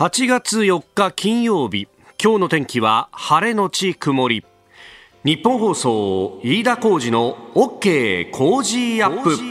8月4日金曜日、今日の天気は晴れのち曇り。日本放送飯田浩司の OK 工事アップ。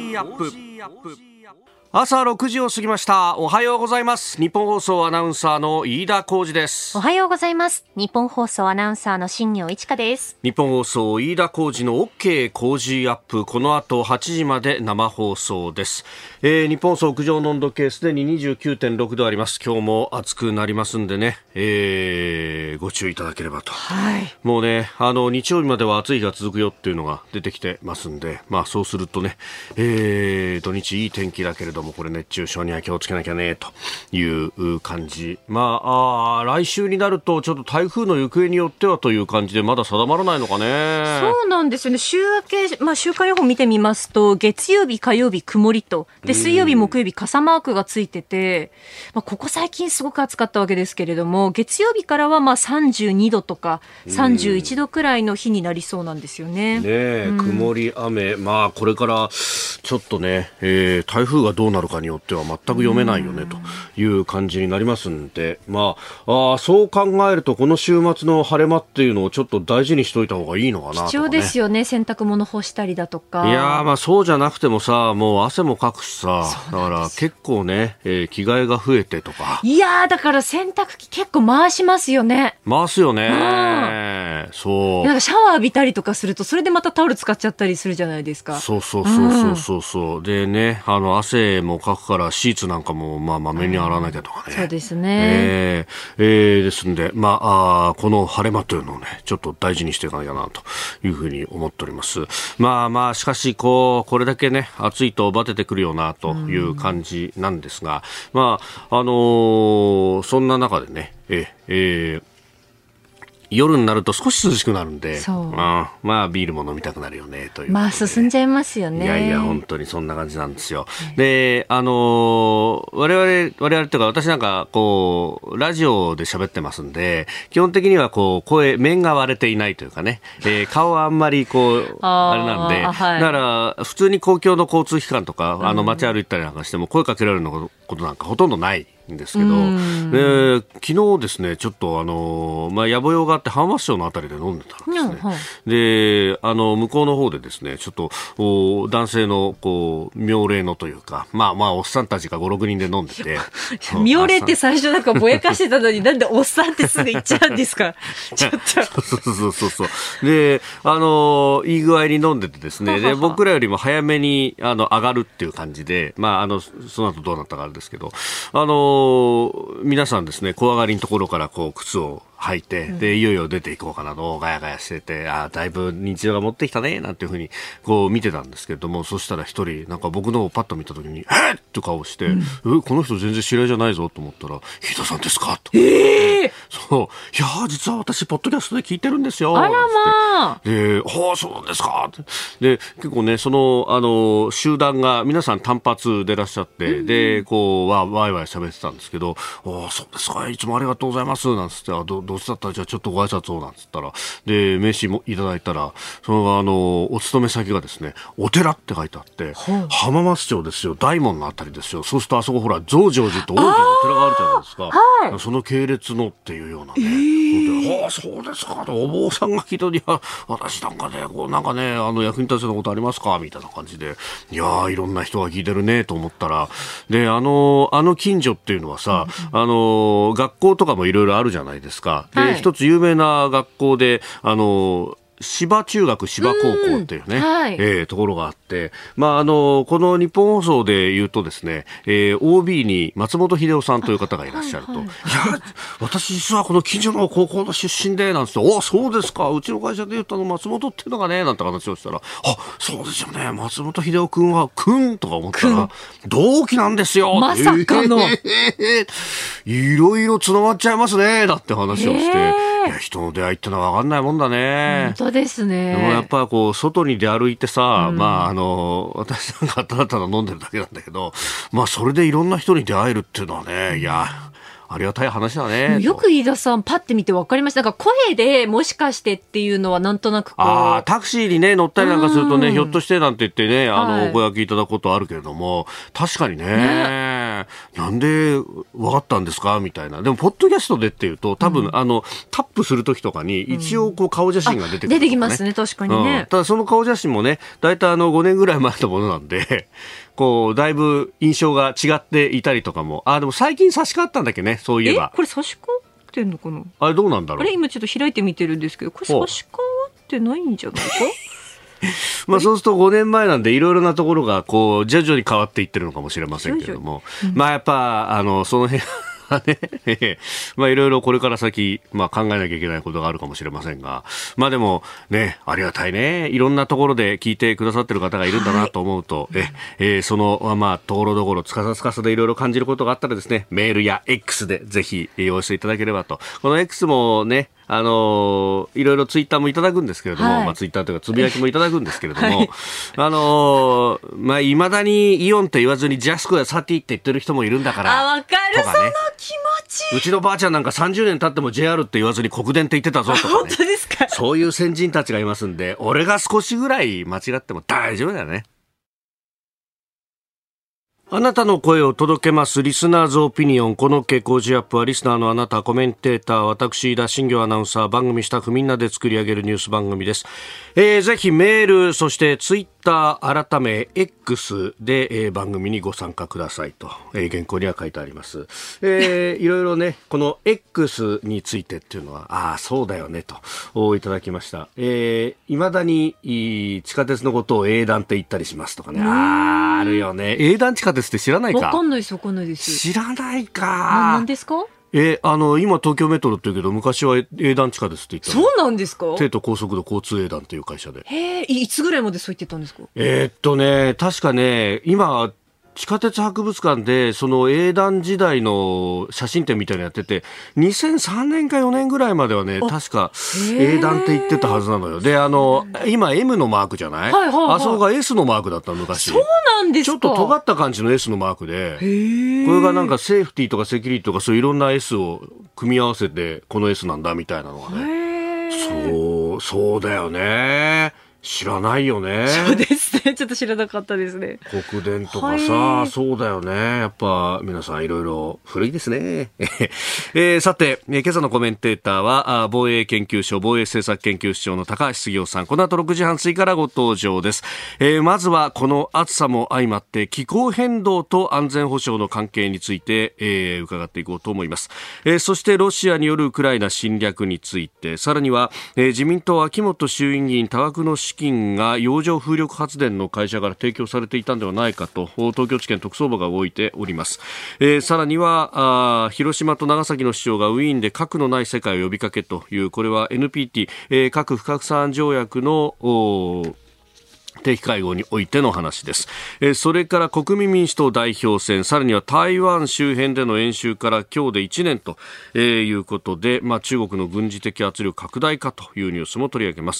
朝6時を過ぎました。おはようございます。日本放送アナウンサーの飯田浩司です。 おはようございます。日本放送アナウンサーの新業一華です。 日本放送飯田浩司の OK 工事アップ、この後8時まで生放送です。日本放送屋上の温度計すでに 29.6 度あります。今日も暑くなりますんでね、ご注意いただければと、 はい、 もうね、日曜日までは暑い日が続くよっていうのが出てきてますんで、まあそうするとね、土日いい天気だけれども、これ熱中症には気をつけなきゃねという感じ。来週になるとちょっと台風の行方によってはという感じで、まだ定まらないのかね。 そうなんですよね。週明け、週間予報見てみますと、月曜日火曜日曇りと、で水曜日木曜日傘マークがついてて、ここ最近すごく暑かったわけですけれども、月曜日からは32度とか31度くらいの日になりそうなんですよね。 曇り雨、これからちょっとね、台風がどうなるかによっては全く読めないよねという感じになりますんで、そう考えるとこの週末の晴れ間っていうのをちょっと大事にしといた方がいいのかなとか、ね、 貴重ですよね。洗濯物干したりだとか。 いやそうじゃなくてもさ、もう汗もかくしさ、だから結構ね、着替えが増えてとか。 いやだから洗濯機結構回しますよね。 回すよね。そう。 なんかシャワー浴びたりとかすると、それでまたタオル使っちゃったりするじゃないですか。 そうでね、汗もかくからシーツなんかもまめに洗わなきゃとかね。 そうですね。 ですんで、この晴れ間というのをね、ちょっと大事にしていかなきゃなというふうに思っております。しかしこれだけね、暑いとバテてくるよなという感じなんですが、そんな中でね、夜になると少し涼しくなるんで、ビールも飲みたくなるよねという。 進んじゃいますよね。 いや本当にそんな感じなんですよ。で、我々というか、私なんかラジオで喋ってますんで、基本的には面が割れていないというかね、顔はあんまりあれなんで、だから普通に公共の交通機関とか街歩いたりなんかしても声かけられることなんかほとんどないんですけど、昨日ですね、ちょっと野暮用があって浜松町のあたりで飲んでたんですね。で、向こうの方でですね、ちょっと男性の妙齢のというか、おっさんたちが 5,6 人で飲んでて妙齢って最初なんかぼやかしてたのになんでおっさんってすぐ言っちゃうんですか。ちょっとそうで、いい具合に飲んでてですね、で僕らよりも早めに上がるっていう感じで、その後どうなったかあれですけど、皆さんですね、小上がりのところから靴を履いて、でいよいよ出ていこうかなとガヤガヤしてて、だいぶ日常が持ってきたねなんていうふうに見てたんですけれども、そしたら一人なんか僕のをパッと見た時にえっって顔して、この人全然知り合いじゃないぞと思ったら、飯田さんですかと。そう、いや実は私ポッドキャストで聞いてるんですよ。 あらで、そうですかで、結構ね、その集団が皆さん単発でいらっしゃって、でワイワイ喋ってたんですけど、そうですか、いつもありがとうございますなんつって、どうせだったらじゃあちょっとご挨拶をなんつったら、で名刺もいただいたら、そのお勤め先がですね、お寺って書いてあって、浜松町ですよ、大門のあたりですよ。そうするとあそこほら増上寺と大きなお寺があるじゃないですか。その系列のっていうようなね、そうですかとお坊さんが聞いたのに、私なんかね、役に立つようなことありますかみたいな感じで、いろんな人が聞いてるねと思ったら、で近所っていうのはさ、学校とかもいろいろあるじゃないですか。で、一つ有名な学校で芝中学芝高校っていうね、ところがあって、この日本放送で言うとですね、OB に松本秀夫さんという方がいらっしゃると、いや私実はこの近所の高校の出身でなんつって、そうですか、うちの会社で言った松本っていうのがねなんて話をしたら、そうですよね、松本秀夫君は君とか思ったら同期なんですよ、 まさかのいろいろつながっちゃいますねだって話をして、人の出会いってのは分かんないもんだね。 本当ですね。 でもやっぱり外に出歩いてさ、私なんかただただ飲んでるだけなんだけど、それでいろんな人に出会えるっていうのはね、ありがたい話だね。 よく飯田さんパッて見て分かりました。なんか声でもしかしてっていうのはなんとなくタクシーにね乗ったりなんかするとね、ひょっとしてなんて言ってね、ご予約いただくことあるけれども、確かにね。 なんで分かったんですかみたいな。でもポッドキャストでっていうと多分、タップするときとかに一応こう顔写真が出てくる、 出てきますね、確かにね。 ただその顔写真もね、だいたい5年ぐらい前のものなんでこうだいぶ印象が違っていたりとかも。でも最近差し替わったんだっけね、そういえば。 これ差し替わってんのかな。 あれどうなんだろう。 あれ今ちょっと開いてみてるんですけど、これ差し替わってないんじゃないかそうすると5年前なんでいろいろなところがこう徐々に変わっていってるのかもしれませんけれども、やっぱその辺はねいろいろこれから先、考えなきゃいけないことがあるかもしれませんが、でもね、ありがたいね、いろんなところで聞いてくださってる方がいるんだなと思うと、そのところどころつかさでいろいろ感じることがあったらですね、メールや X でぜひお寄せいただければと。この X もね、いろいろツイッターもいただくんですけれども、ツイッターというかつぶやきもいただくんですけれども、未だにイオンって言わずにジャスコやサティって言ってる人もいるんだから。 わかる、ね、その気持ち。 うちのばあちゃんなんか30年経っても JR って言わずに国電って言ってたぞとかね。 本当ですか。 そういう先人たちがいますんで、俺が少しぐらい間違っても大丈夫だよね。あなたの声を届けますリスナーズオピニオン。この傾向ジアップはリスナーのあなた、コメンテーター、私田新行アナウンサー、番組スタッフみんなで作り上げるニュース番組です。ぜひメール、そしてツイッター改め X で、番組にご参加くださいと、原稿には書いてあります。いろいろね、この X についてっていうのはそうだよねといただきました。未だに地下鉄のことを英断って言ったりしますとかね。あるよね。英断地下鉄って知らないか。 わかんないです、わかんないです。 知らないか。 何ですか。 今東京メトロって言うけど、昔は英断地下鉄って言ったの。 そうなんですか。 帝都高速度交通英断という会社で。 いつぐらいまでそう言ってたんですか。 確かね、今地下鉄博物館でその英断時代の写真展みたいなのやってて、2003年か4年ぐらいまではね、確か英断って言ってたはずなのよ。で、今 M のマークじゃない、あそこが S のマークだったの昔。 そうなんですか。 ちょっと尖った感じの S のマークで、これがなんかセーフティーとかセキュリティとかそういういろんな S を組み合わせてこの S なんだみたいなのがね。そうだよね。知らないよね。 そうですね。ちょっと知らなかったですね。 国電とかさ、そうだよね。やっぱ皆さんいろいろ古いですね。さて、今朝のコメンテーターは防衛研究所防衛政策研究室長の高橋杉雄さん。この後6時半過ぎからご登場です。まずはこの暑さも相まって気候変動と安全保障の関係について、伺っていこうと思います。そしてロシアによるウクライナ侵略について、さらには、自民党秋元衆院議員多額の資金が洋上風力発電の会社から提供されていたのではないかと東京地検特捜部が動いております。さらには広島と長崎の市長がウィーンで核のない世界を呼びかけという、これは NPT、核不拡散条約の定期会合においての話です。それから国民民主党代表選、さらには台湾周辺での演習から今日で1年ということで、中国の軍事的圧力拡大かというニュースも取り上げます。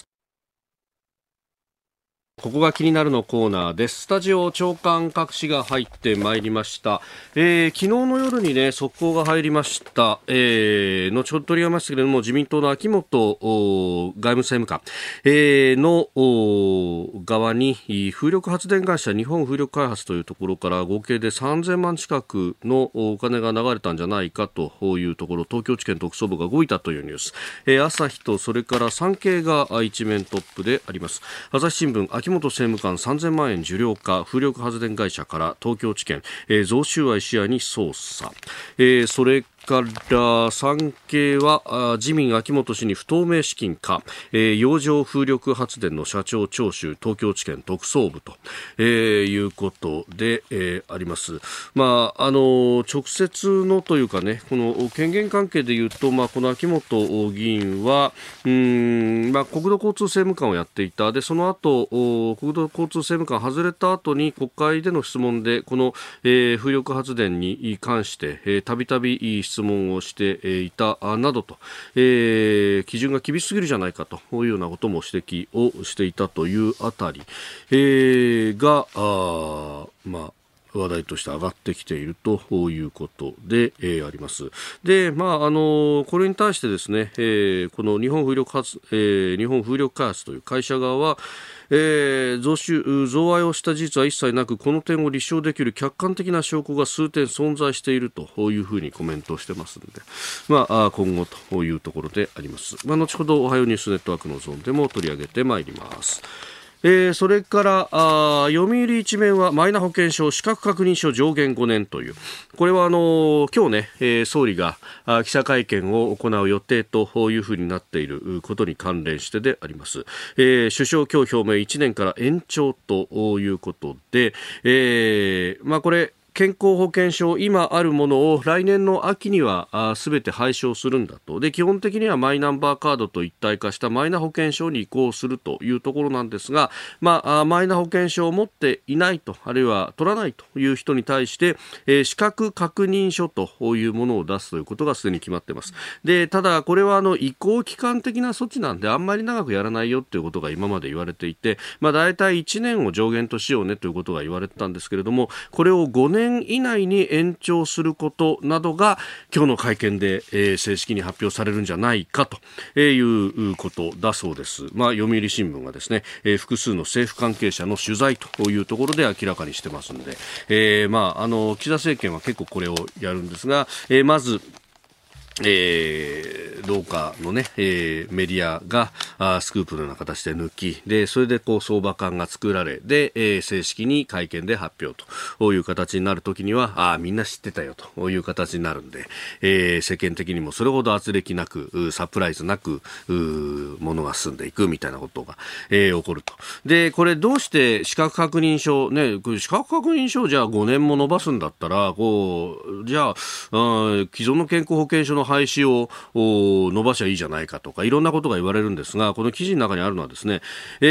ここが気になるのコーナーです。スタジオ長官各紙が入ってまいりました。昨日の夜にね、速報が入りました。後ほど取り上げましたけれども、自民党の秋元外務政務官、の側に風力発電会社日本風力開発というところから合計で3000万近くのお金が流れたんじゃないかというところ、東京地検特捜部が動いたというニュース。朝日とそれから産経が一面トップであります。朝日新聞、秋元政務官3000万円受領か、風力発電会社から東京地検、贈収賄視野に捜査。それから産経は自民秋元氏に不透明資金か、洋上風力発電の社長聴取東京地検特捜部と、いうことで、あります。直接のというかね、この権限関係でいうと、この秋元議員は国土交通政務官をやっていた。でその後国土交通政務官外れた後に国会での質問でこの、風力発電に関してたびたび質問をしていたなどと、基準が厳しすぎるじゃないかというようなことも指摘をしていたというあたり、が話題として上がってきているということで、あります。で、これに対してですね、この日本風力開発という会社側は、贈賄をした事実は一切なく、この点を立証できる客観的な証拠が数点存在しているというふうにコメントしてますので、今後というところであります。後ほどおはようニュースネットワークのゾーンでも取り上げてまいります。それから読売一面はマイナ保険証資格確認書上限5年という、これは今日ね、総理が記者会見を行う予定というふうになっていることに関連してであります。首相今日表明1年から延長ということで、これ健康保険証今あるものを来年の秋には全て廃止をするんだと。で、基本的にはマイナンバーカードと一体化したマイナ保険証に移行するというところなんですが、マイナ保険証を持っていないと、あるいは取らないという人に対して、資格確認書というものを出すということがすでに決まっています。で、ただこれは移行期間的な措置なんであんまり長くやらないよということが今まで言われていて、だいたい1年を上限としようねということが言われてたんですけれども、これを5年以内に延長することなどが今日の会見で、正式に発表されるんじゃないかということだそうです。読売新聞がですね、複数の政府関係者の取材というところで明らかにしてますので、岸田政権は結構これをやるんですが、まず同化のね、メディアがスクープのような形で抜きで、それで相場感が作られで、正式に会見で発表という形になるときにはみんな知ってたよという形になるんで、世間的にもそれほど圧力なくサプライズなくものが進んでいくみたいなことが、起こると。で、これどうして資格確認書ね、資格確認書をじゃあ5年も伸ばすんだったらじゃあ既存の健康保険証の廃止を伸ばしゃいいじゃないかとかいろんなことが言われるんですが、この記事の中にあるのはですね、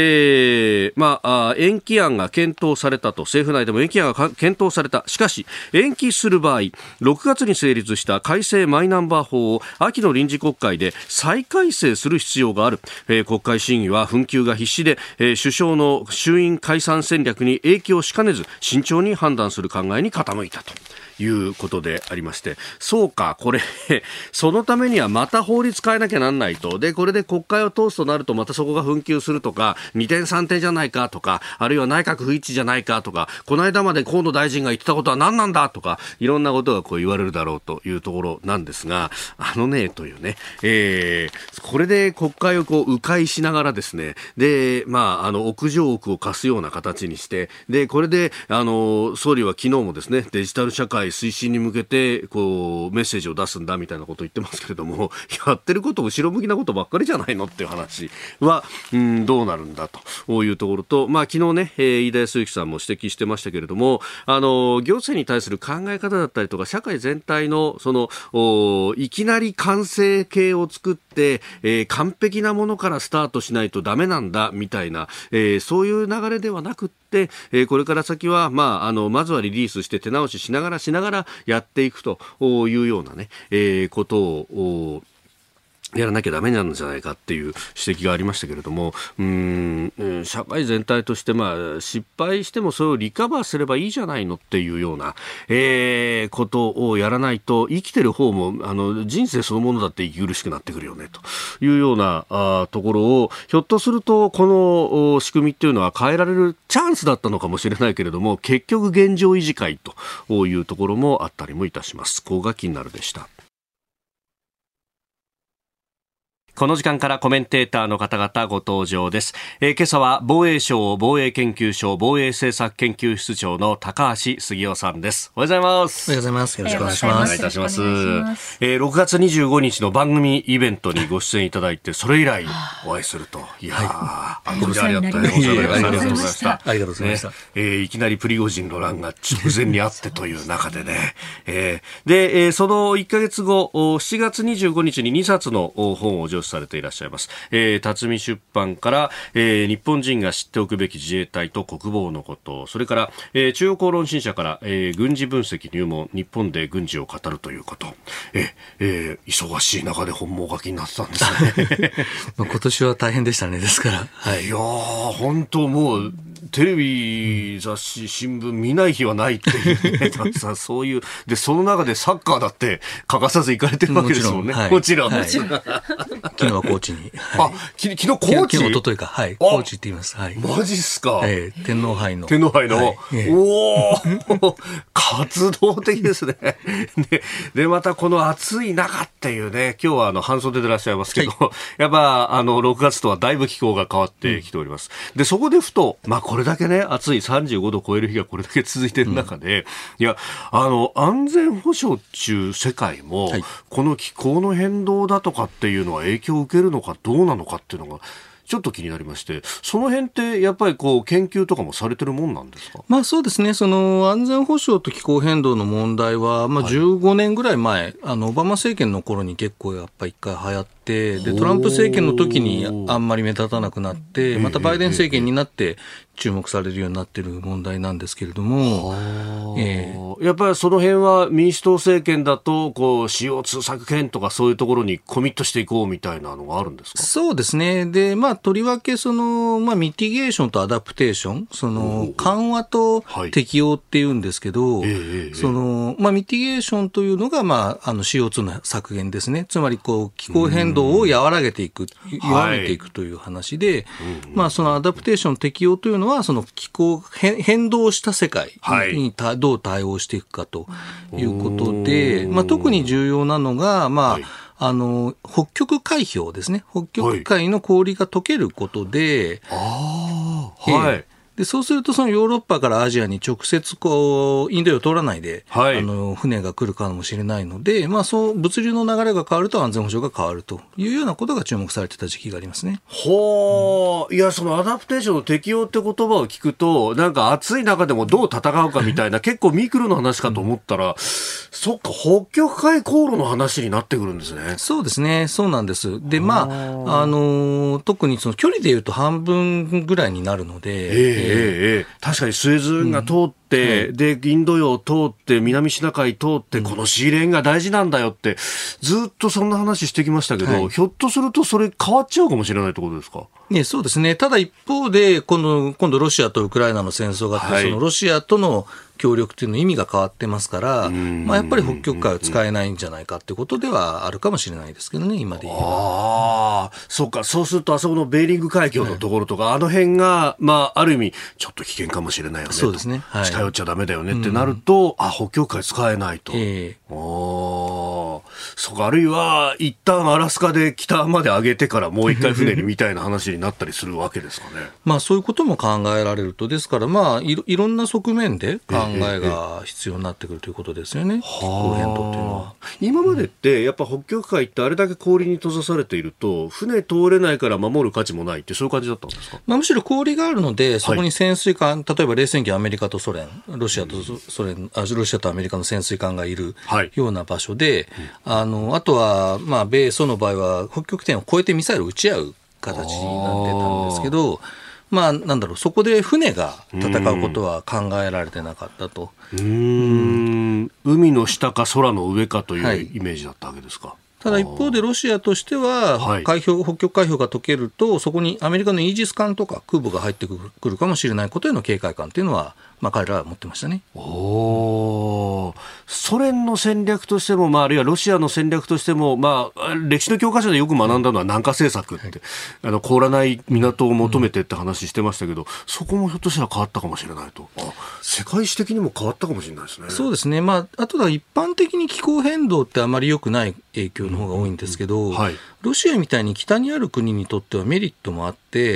延期案が検討されたと。政府内でも延期案が検討された。しかし延期する場合6月に成立した改正マイナンバー法を秋の臨時国会で再改正する必要がある。国会審議は紛糾が必至で、首相の衆院解散戦略に影響しかねず慎重に判断する考えに傾いたということでありまして、そうか、これそのためにはまた法律変えなきゃなんないと。で、これで国会を通すとなるとまたそこが紛糾するとか、二転三転じゃないかとか、あるいは内閣不一致じゃないかとか、この間まで河野大臣が言ってたことは何なんだとか、いろんなことが言われるだろうというところなんですが、というね、これで国会を迂回しながらですね、で、屋上奥を貸すような形にして、で、これで総理は昨日もですね、デジタル社会推進に向けてメッセージを出すんだみたいなことを言ってますけれども、やってること後ろ向きなことばっかりじゃないのっていう話はどうなるんだというところと、昨日ね、飯田康之さんも指摘してましたけれども、行政に対する考え方だったりとか社会全体のいきなり完成形を作って、完璧なものからスタートしないとダメなんだみたいな、そういう流れではなくって、これから先は、まずはリリースして手直ししながらやっていくというようなね、ことをやらなきゃダメなんじゃないかっていう指摘がありましたけれども、社会全体として失敗してもそれをリカバーすればいいじゃないのっていうような、ことをやらないと生きてる方も人生そのものだって息苦しくなってくるよねというようなところを、ひょっとするとこの仕組みっていうのは変えられるチャンスだったのかもしれないけれども、結局現状維持会というところもあったりもいたします。ここが気になるでした。この時間からコメンテーターの方々ご登場です。今朝は防衛省防衛研究所防衛政策研究室長の高橋杉雄さんです。おはようございます。 おはようございます。よろしくお願いします。 お願いいたします。6月25日の番組イベントにご出演いただいて、それ以来お会いすると。いやー、ありがとうございました。 ありがとうございました。 いきなりプリゴジンの乱が直前にあってという中でね。で、その1ヶ月後、7月25日に2冊の本を助されていらっしゃいます、辰巳出版から、日本人が知っておくべき自衛隊と国防のこと、それから、中央公論新社から、軍事分析入門、日本で軍事を語るということ、忙しい中で本望書きになってたんですね今年は大変でしたね。ですから、はい、 いやー本当もうテレビ、雑誌、新聞見ない日はないっていうねそういうでその中でサッカーだって欠かさず行かれてるわけですもんね。もちろん、はい、 昨日は高知に、 はい、昨日高知、 昨日一昨日か、はい、高知って言います、はい、 マジっすか、 天皇杯の、 はい、おー活動的ですねでまたこの暑い中っていうね、今日は半袖でいらっしゃいますけど、はい、やっぱ6月とはだいぶ気候が変わってきております、でそこでふと、これだけね暑い35度超える日がこれだけ続いている中で、いや安全保障中世界も、はい、この気候の変動だとかっていうのは影響を受けるのかどうなのかっていうのがちょっと気になりまして、その辺ってやっぱり研究とかもされてるもんなんですか？ そうですね、その安全保障と気候変動の問題は、15年ぐらい前、オバマ政権の頃に結構やっぱり一回流行って、でトランプ政権の時にあんまり目立たなくなって、またバイデン政権になって注目されるようになっている問題なんですけれども、 やっぱりその辺は民主党政権だとCO2 削減とかそういうところにコミットしていこうみたいなのがあるんですか？ そうですね。で、とりわけミティゲーションとアダプテーション、緩和と適用っていうんですけど、ミティゲーションというのが、CO2 の削減ですね。つまり気候変動を和らげていく、弱めていくという話で、そのアダプテーション適用というのは、その気候変動した世界にどう対応していくかということで、特に重要なのが、北極海氷ですね。北極海の氷が溶けることで、でそうするとそのヨーロッパからアジアに直接インド洋を通らないで、船が来るかもしれないので、そう物流の流れが変わると安全保障が変わるというようなことが注目されてた時期がありますね。 いや、そのアダプテーションの適用って言葉を聞くと、なんか暑い中でもどう戦うかみたいな結構ミクロの話かと思ったら、そっか、北極海航路の話になってくるんですね。 そうですね、そうなんです。で、特にその距離でいうと半分ぐらいになるので、 確かにスエズ運河通って、でインド洋を通って南シナ海通って、このシーレーンが大事なんだよってずっとそんな話してきましたけど、ひょっとするとそれ変わっちゃうかもしれないってことですか？ そうですね。ただ一方で今度ロシアとウクライナの戦争があって、そのロシアとの協力というの意味が変わってますから、やっぱり北極海は使えないんじゃないかということではあるかもしれないですけどね、今で言えば。 そうか、そうするとあそこのベーリング海峡のところとか、あの辺が、ある意味ちょっと危険かもしれないよね。 そうですね。 近寄っちゃダメだよねってなると、北極海使えないと。そうか、あるいは一旦アラスカで北まで上げてからもう一回船にみたいな話になったりするわけですかね。 そういうことも考えられると、ですからいろんな側面で考えが必要になってくるということですよね。気候変動というのは。 今までってやっぱ北極海ってあれだけ氷に閉ざされていると船通れないから守る価値もないってそういう感じだったんですか？ むしろ氷があるので、そこに潜水艦、例えば冷戦期アメリカとソ連、ロシアとアメリカの潜水艦がいるような場所で、あとは米ソの場合は北極点を越えてミサイルを撃ち合う形になってたんですけど、そこで船が戦うことは考えられてなかったと。 海の下か空の上かというイメージだったわけですか。 ただ一方でロシアとしては、北極海氷が溶けると、そこにアメリカのイージス艦とか空母が入ってくるかもしれないことへの警戒感というのは、彼らは持ってましたね。 ソ連の戦略としても、あるいはロシアの戦略としても、歴史の教科書でよく学んだのは南下政策って、凍らない港を求めてって話してましたけど、そこもひょっとしたら変わったかもしれないと。世界史的にも変わったかもしれないですね。 そうですね。あとは一般的に気候変動ってあまり良くない影響の方が多いんですけど、ロシアみたいに北にある国にとってはメリットもあって、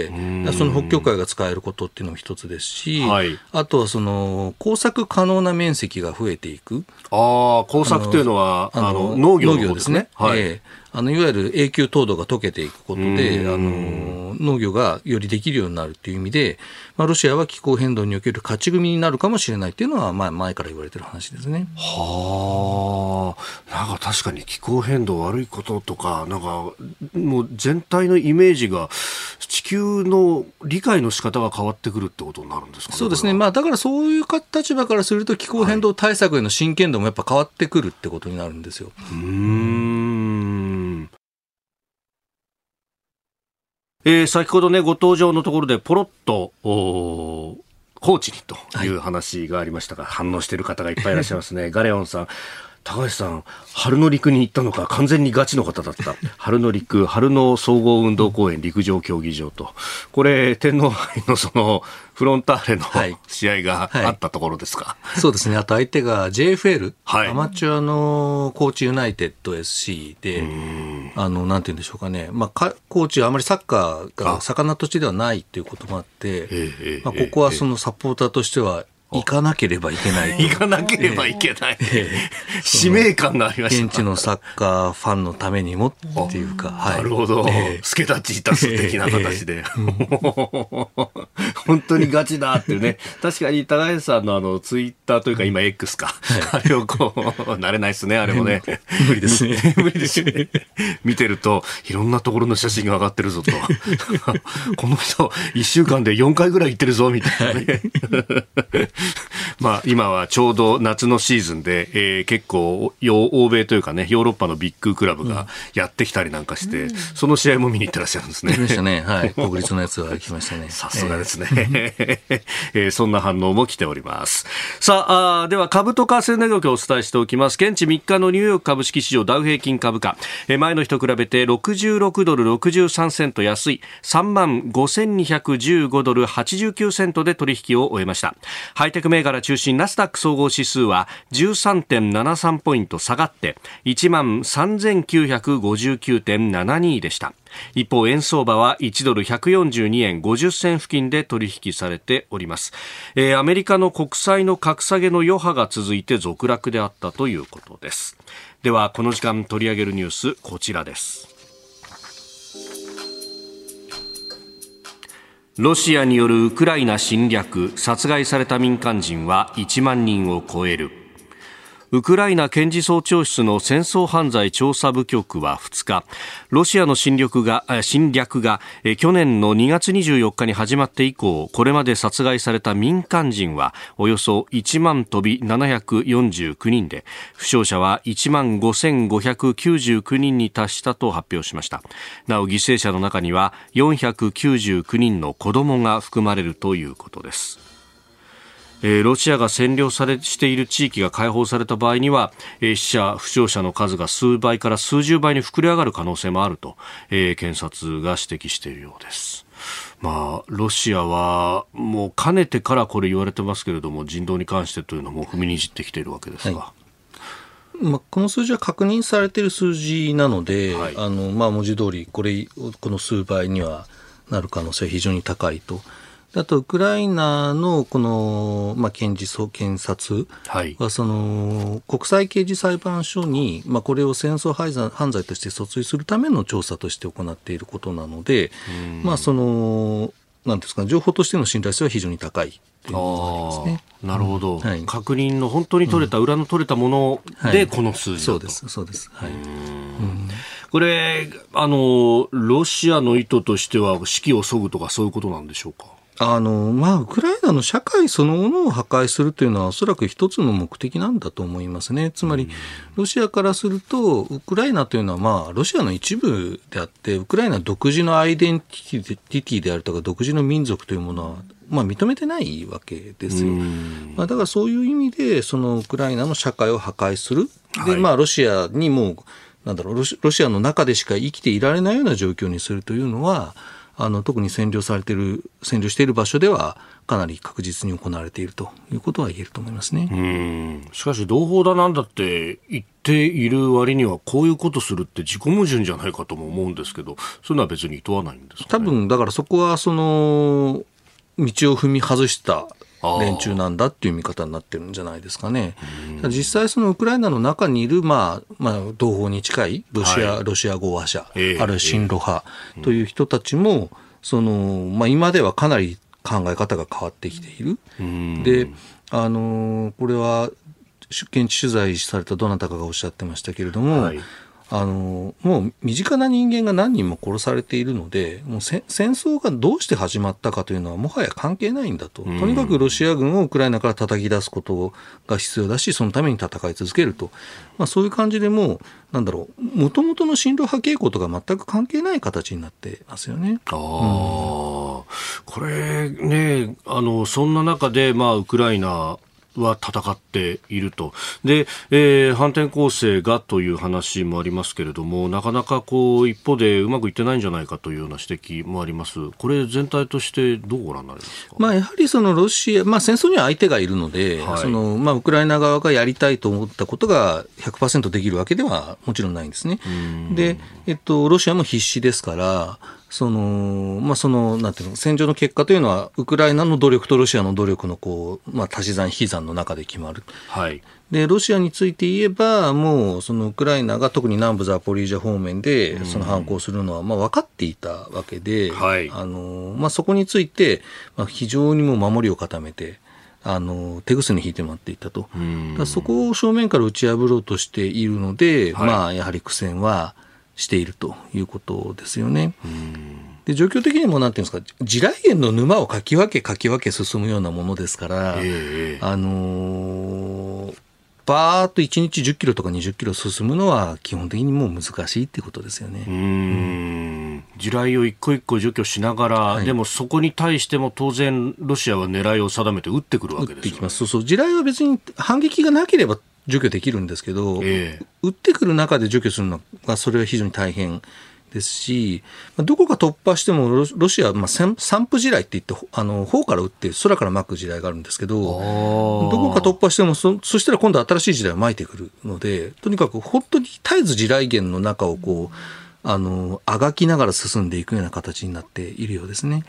その北極海が使えることっていうのも一つですし、あとはその工作可能な面積が増えていく。 工作というのは農業の方ですね。 いわゆる永久凍土が溶けていくことで、農業がよりできるようになるという意味で、ロシアは気候変動における勝ち組になるかもしれないというのは、前から言われている話ですね。 はあ、なんか確かに気候変動悪いこととか、なんかもう全体のイメージが地球の理解の仕方が変わってくるってことになるんですかね。 そうですね。だからそういう立場からすると気候変動対策への真剣度もやっぱ変わってくるってことになるんですよ。 先ほどね、ご登場のところでポロッと高知にという話がありましたが、反応している方がいっぱいいらっしゃいますね。ガレオンさん、高橋さん、春の陸に行ったのか、完全にガチの方だった。春の陸、春の総合運動公園陸上競技場と、これ天皇杯のそのフロンターレの試合があったところですか。 そうですね。あと相手が JFL、 アマチュアの高知ユナイテッド SC で、なんて言うんでしょうかね。高知はあまりサッカーが盛んな土地ではないということもあって、ここはそのサポーターとしては行かなければいけない。 行かなければいけない。使命感がありました。 現地のサッカーファンのためにもっていうか。 なるほど。助太刀致す的な形で。本当にガチだっていうね。確かに高橋さんのツイッターというか今 X か。あれを慣れないですね、あれもね。 無理ですね。 無理ですね。見てると、いろんなところの写真が上がってるぞと。この人、1週間で4回ぐらい行ってるぞ、みたいなね。今はちょうど夏のシーズンで、結構欧米というかね、ヨーロッパのビッグクラブがやってきたりなんかして、その試合も見に行ってらっしゃるんですね。 行きましたね。はい。国立のやつは行きましたね。 さすがですね。そんな反応も来ております。さあ、では株と為替値動きをお伝えしておきます。現地3日のニューヨーク株式市場ダウ平均株価、前の日と比べて66ドル63セント安い 35,215 ドル89セントで取引を終えました。ハイテク銘柄中心ナスダック総合指数は 13.73 ポイント下がって 13,959.72 でした。一方円相場は1ドル142円50銭付近で取引されております。アメリカの国債の格下げの余波が続いて続落であったということです。ではこの時間取り上げるニュースこちらです。ロシアによるウクライナ侵略、殺害された民間人は1万人を超える。ウクライナ検事総長室の戦争犯罪調査部局は2日、ロシアの侵略が去年の2月24日に始まって以降、これまで殺害された民間人はおよそ1万飛び749人で、負傷者は1万5599人に達したと発表しました。なお犠牲者の中には499人の子供が含まれるということです。ロシアが占領している地域が解放された場合には、死者負傷者の数が数倍から数十倍に膨れ上がる可能性もあると、検察が指摘しているようです。ロシアはもうかねてからこれ言われてますけれども、人道に関してというのも踏みにじってきているわけですが、 この数字は確認されている数字なので、文字通りこの数倍にはなる可能性は非常に高いと。あと、ウクライナのこの、検察は、その、国際刑事裁判所に、これを戦争犯罪として訴追するための調査として行っていることなので、その、なんですか、情報としての信頼性は非常に高いということになりますね。 なるほど。確認の本当に取れた、裏の取れたもので、この数字だと。 そうです。はい。 これ、ロシアの意図としては、士気を削ぐとかそういうことなんでしょうか。 ウクライナの社会そのものを破壊するというのはおそらく一つの目的なんだと思いますね。つまり、ロシアからすると、ウクライナというのはロシアの一部であって、ウクライナ独自のアイデンティティであるとか、独自の民族というものは、認めてないわけですよ。だからそういう意味で、そのウクライナの社会を破壊する。で、ロシアにもう、ロシアの中でしか生きていられないような状況にするというのは、特に占領している場所ではかなり確実に行われているということは言えると思いますね。 しかし同胞だなんだって言っている割にはこういうことするって自己矛盾じゃないかとも思うんですけど、そういうのは別に厭わないんですかね。 多分だからそこはその道を踏み外した連中なんだっていう見方になってるんじゃないですかね。実際そのウクライナの中にいる、同胞に近いロシア語話者、あるいは親ロ派という人たちも、今ではかなり考え方が変わってきている。で、これは現地取材されたどなたかがおっしゃってましたけれども、もう身近な人間が何人も殺されているので、もう戦争がどうして始まったかというのはもはや関係ないんだと。とにかくロシア軍をウクライナから叩き出すことが必要だし、そのために戦い続けると。そういう感じでもう、もともとの親ロ派傾向とか全く関係ない形になってますよね。 これね、そんな中で、ウクライナは戦っていると。で、反転攻勢がという話もありますけれども、なかなか一方でうまくいってないんじゃないかというような指摘もあります。これ全体としてどうご覧になりますか？ やはりそのロシア、戦争には相手がいるので、ウクライナ側がやりたいと思ったことが 100% できるわけではもちろんないんですね。で、ロシアも必死ですから、なんていうの、戦場の結果というのは、ウクライナの努力とロシアの努力の足し算引き算の中で決まる。で、ロシアについて言えば、もう、ウクライナが特に南部ザポリージャ方面で、反攻するのは、分かっていたわけで、そこについて、非常にもう守りを固めて、手ぐすに引いて待っていたと。そこを正面から打ち破ろうとしているので、やはり苦戦はしているということですよね。で、状況的にもなんていうんですか、地雷原の沼をかき分け進むようなものですから、バーっと1日10キロとか20キロ進むのは基本的にもう難しいっていうことですよね。 地雷を一個一個除去しながら、でもそこに対しても当然ロシアは狙いを定めて撃ってくるわけですよね。撃ってきます。 地雷は別に反撃がなければ除去できるんですけど、撃ってくる中で除去するのがそれは非常に大変ですし、どこか突破してもロシアは散布地雷って言って砲から撃って空から撒く地雷があるんですけど、どこか突破しても そしたら今度は新しい地雷を撒いてくるので、とにかく本当に絶えず地雷原の中をあがきながら進んでいくような形になっているようですね。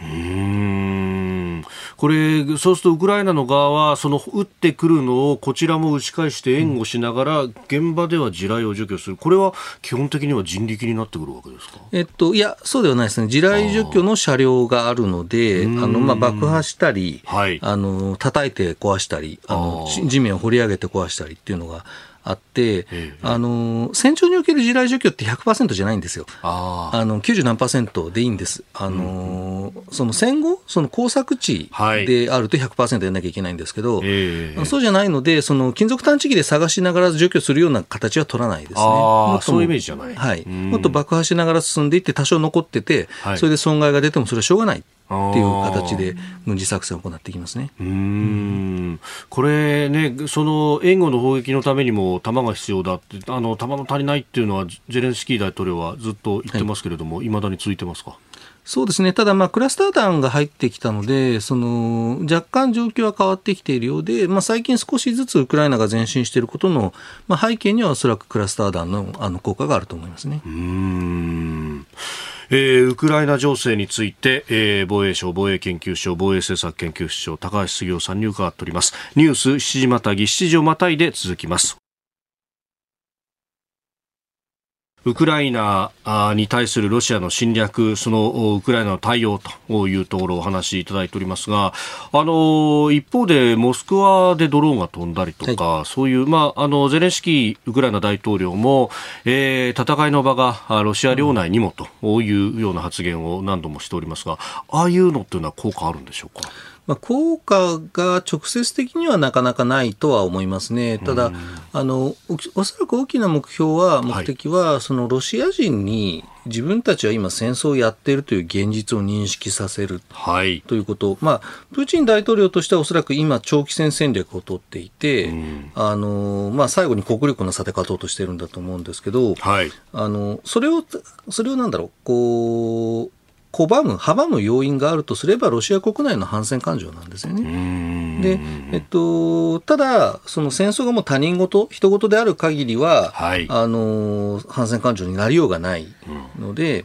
これそうするとウクライナの側はその撃ってくるのをこちらも打ち返して援護しながら、現場では地雷を除去する。これは基本的には人力になってくるわけですか？ いや、そうではないですね。地雷除去の車両があるので、爆破したり、叩いて壊したり、地面を掘り上げて壊したりっていうのがあって、戦場における地雷除去って 100% じゃないんですよ。90何%でいいんです。その戦後、その工作地であると 100% やらなきゃいけないんですけど、そうじゃないので、その金属探知機で探しながら除去するような形は取らないですね。 そういうイメージじゃない。 もっと爆破しながら進んでいって多少残ってて、それで損害が出てもそれはしょうがない。っていう形で軍事作戦を行っていきますね。 これね、その援護の砲撃のためにも弾が必要だって、弾の足りないっていうのはゼレンスキー大統領はずっと言ってますけれども、未だに続いてますか？ そうですね。ただ、クラスター弾が入ってきたので、若干状況は変わってきているようで、最近少しずつウクライナが前進していることの、背景にはおそらくクラスター弾の効果があると思いますね。 ウクライナ情勢について、防衛省防衛研究所防衛政策研究室長高橋杉雄さんに伺っております。ニュース7時またぎ7時をまたいで続きます。ウクライナに対するロシアの侵略、そのウクライナの対応というところをお話しいただいておりますが、一方でモスクワでドローンが飛んだりとか、そういう、ゼレンスキーウクライナ大統領も、戦いの場がロシア領内にもというような発言を何度もしておりますが、ああいうのっていうのは効果あるんでしょうか？ 効果が直接的にはなかなかないとは思いますね。ただ、おそらく大きな目的は、そのロシア人に自分たちは今戦争をやっているという現実を認識させるということ。プーチン大統領としてはおそらく今長期戦戦略を取っていて、最後に国力の差で勝とうとしているんだと思うんですけど、それを阻む要因があるとすればロシア国内の反戦感情なんですよね。で、ただその戦争がもう他人事、人事である限りは、反戦感情になりようがないので、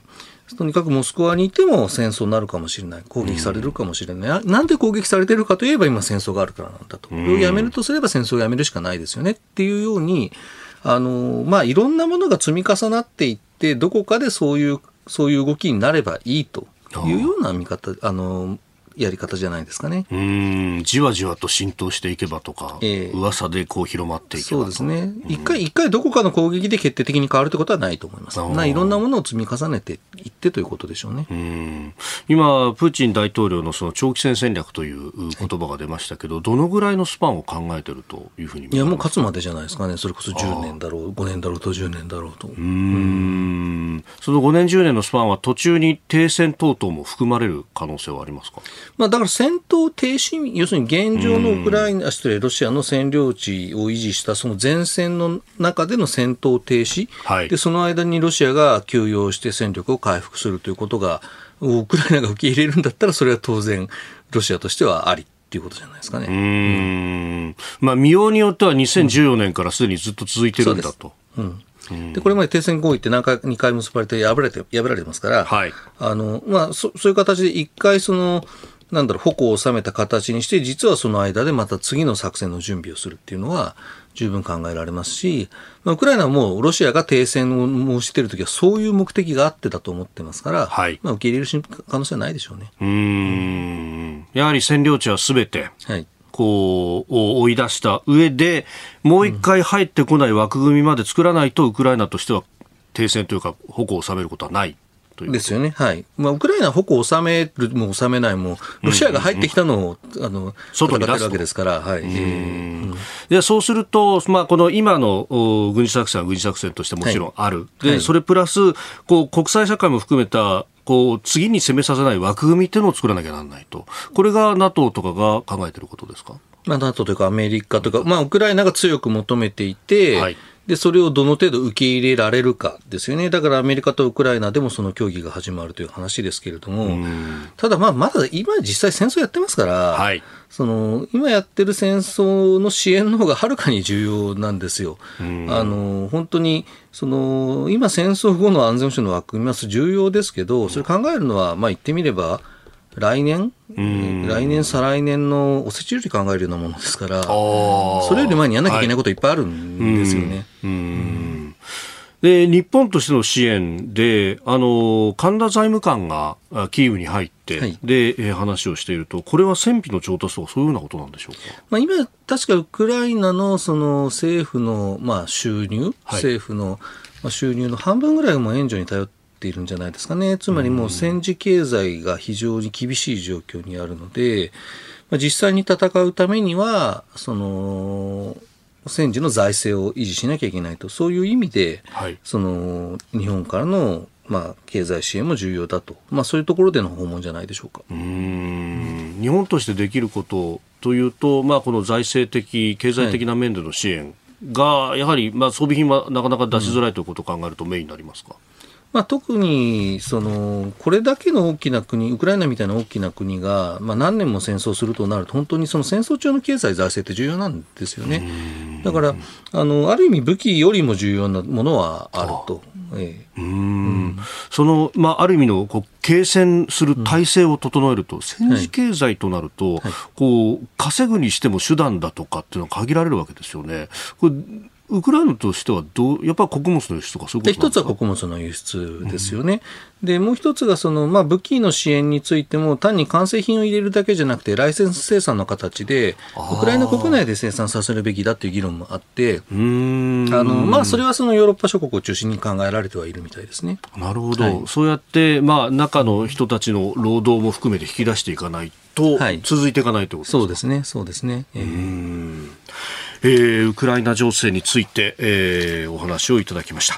とにかくモスクワにいても戦争になるかもしれない、攻撃されるかもしれない、なんで攻撃されてるかといえば今戦争があるからなんだと、これをやめるとすれば戦争をやめるしかないですよねっていうように、いろんなものが積み重なっていって、どこかでそういう動きになればいいというような見方、やり方じゃないですかね。 じわじわと浸透していけばとか、噂でこう広まっていけばと。 そうですね。一回どこかの攻撃で決定的に変わるということはないと思います。いろんなものを積み重ねていってということでしょうね。 今、プーチン大統領のその長期戦戦略という言葉が出ましたけど、どのぐらいのスパンを考えているというふうに見ますか？ いや、もう勝つまでじゃないですかね。それこそ10年だろう、5年だろうと10年だろうと。 その5年10年のスパンは途中に停戦等々も含まれる可能性はありますか？ だから戦闘停止、要するに現状のロシアの占領地を維持したその前線の中での戦闘停止、でその間にロシアが休養して戦力を回復するということが、ウクライナが受け入れるんだったら、それは当然ロシアとしてはありっていうことじゃないですかね。 見ようによっては2014年からすでにずっと続いてるんだと。 でこれまで停戦合意って2回結ばれて破られてますから、そういう形で一回矛を収めた形にして、実はその間でまた次の作戦の準備をするっていうのは十分考えられますし、ウクライナはもうロシアが停戦を申し出るときはそういう目的があってだと思ってますから、受け入れる可能性はないでしょうね。 やはり占領地はすべて、こう追い出した上で、もう一回入ってこない枠組みまで作らないと、ウクライナとしては停戦というか矛を収めることはないですよね。ウクライナは矛を収めるも収めないも、ロシアが入ってきたのを外に出す戦ってるわけですから。 でそうすると、この今の軍事作戦は軍事作戦としてもちろんある。でそれプラス国際社会も含めた次に攻めさせない枠組みっていうのを作らなきゃならないと。これが NATO とかが考えていることですか ？NATO というかアメリカとか、ウクライナが強く求めていて、でそれをどの程度受け入れられるかですよね。だからアメリカとウクライナでもその協議が始まるという話ですけれども、ただまだ今実際戦争やってますから、今やってる戦争の支援の方がはるかに重要なんですよ。本当に今戦争後の安全保障の枠組みは重要ですけど、それ考えるのは言ってみれば来年再来年のおせちより考えるようなものですから、それより前にやらなきゃいけないこといっぱいあるんですよね。 で日本としての支援で神田財務官がキーウに入って、で話をしていると、これは戦費の調達とかそういうようなことなんでしょうか？ 今確かウクライナの政府の収入、政府の収入の半分ぐらいも援助に頼っているんじゃないですかね。つまりもう戦時経済が非常に厳しい状況にあるので、実際に戦うためには戦時の財政を維持しなきゃいけないと、そういう意味で、日本からの経済支援も重要だと、そういうところでの訪問じゃないでしょうか。 日本としてできることというと、この財政的経済的な面での支援が、やはり装備品はなかなか出しづらいということを考えるとメインになりますか？ 特にこれだけの大きな国、ウクライナみたいな大きな国が、何年も戦争するとなると、本当に戦争中の経済財政って重要なんですよね。だからある意味武器よりも重要なものはあると。 ある意味の継戦する体制を整えると、戦時経済となると、稼ぐにしても手段だとかっていうのは限られるわけですよね。これウクライナとしてはやっぱり穀物の輸出とかそういうことなんですか？一つは穀物の輸出ですよね。でもう一つが武器の支援についても、単に完成品を入れるだけじゃなくて、ライセンス生産の形でウクライナ国内で生産させるべきだという議論もあって、それはヨーロッパ諸国を中心に考えられてはいるみたいですね。 なるほど、そうやって、中の人たちの労働も含めて引き出していかないと、続いていかないということですか？ そうですね。 ウクライナ情勢について、お話をいただきました。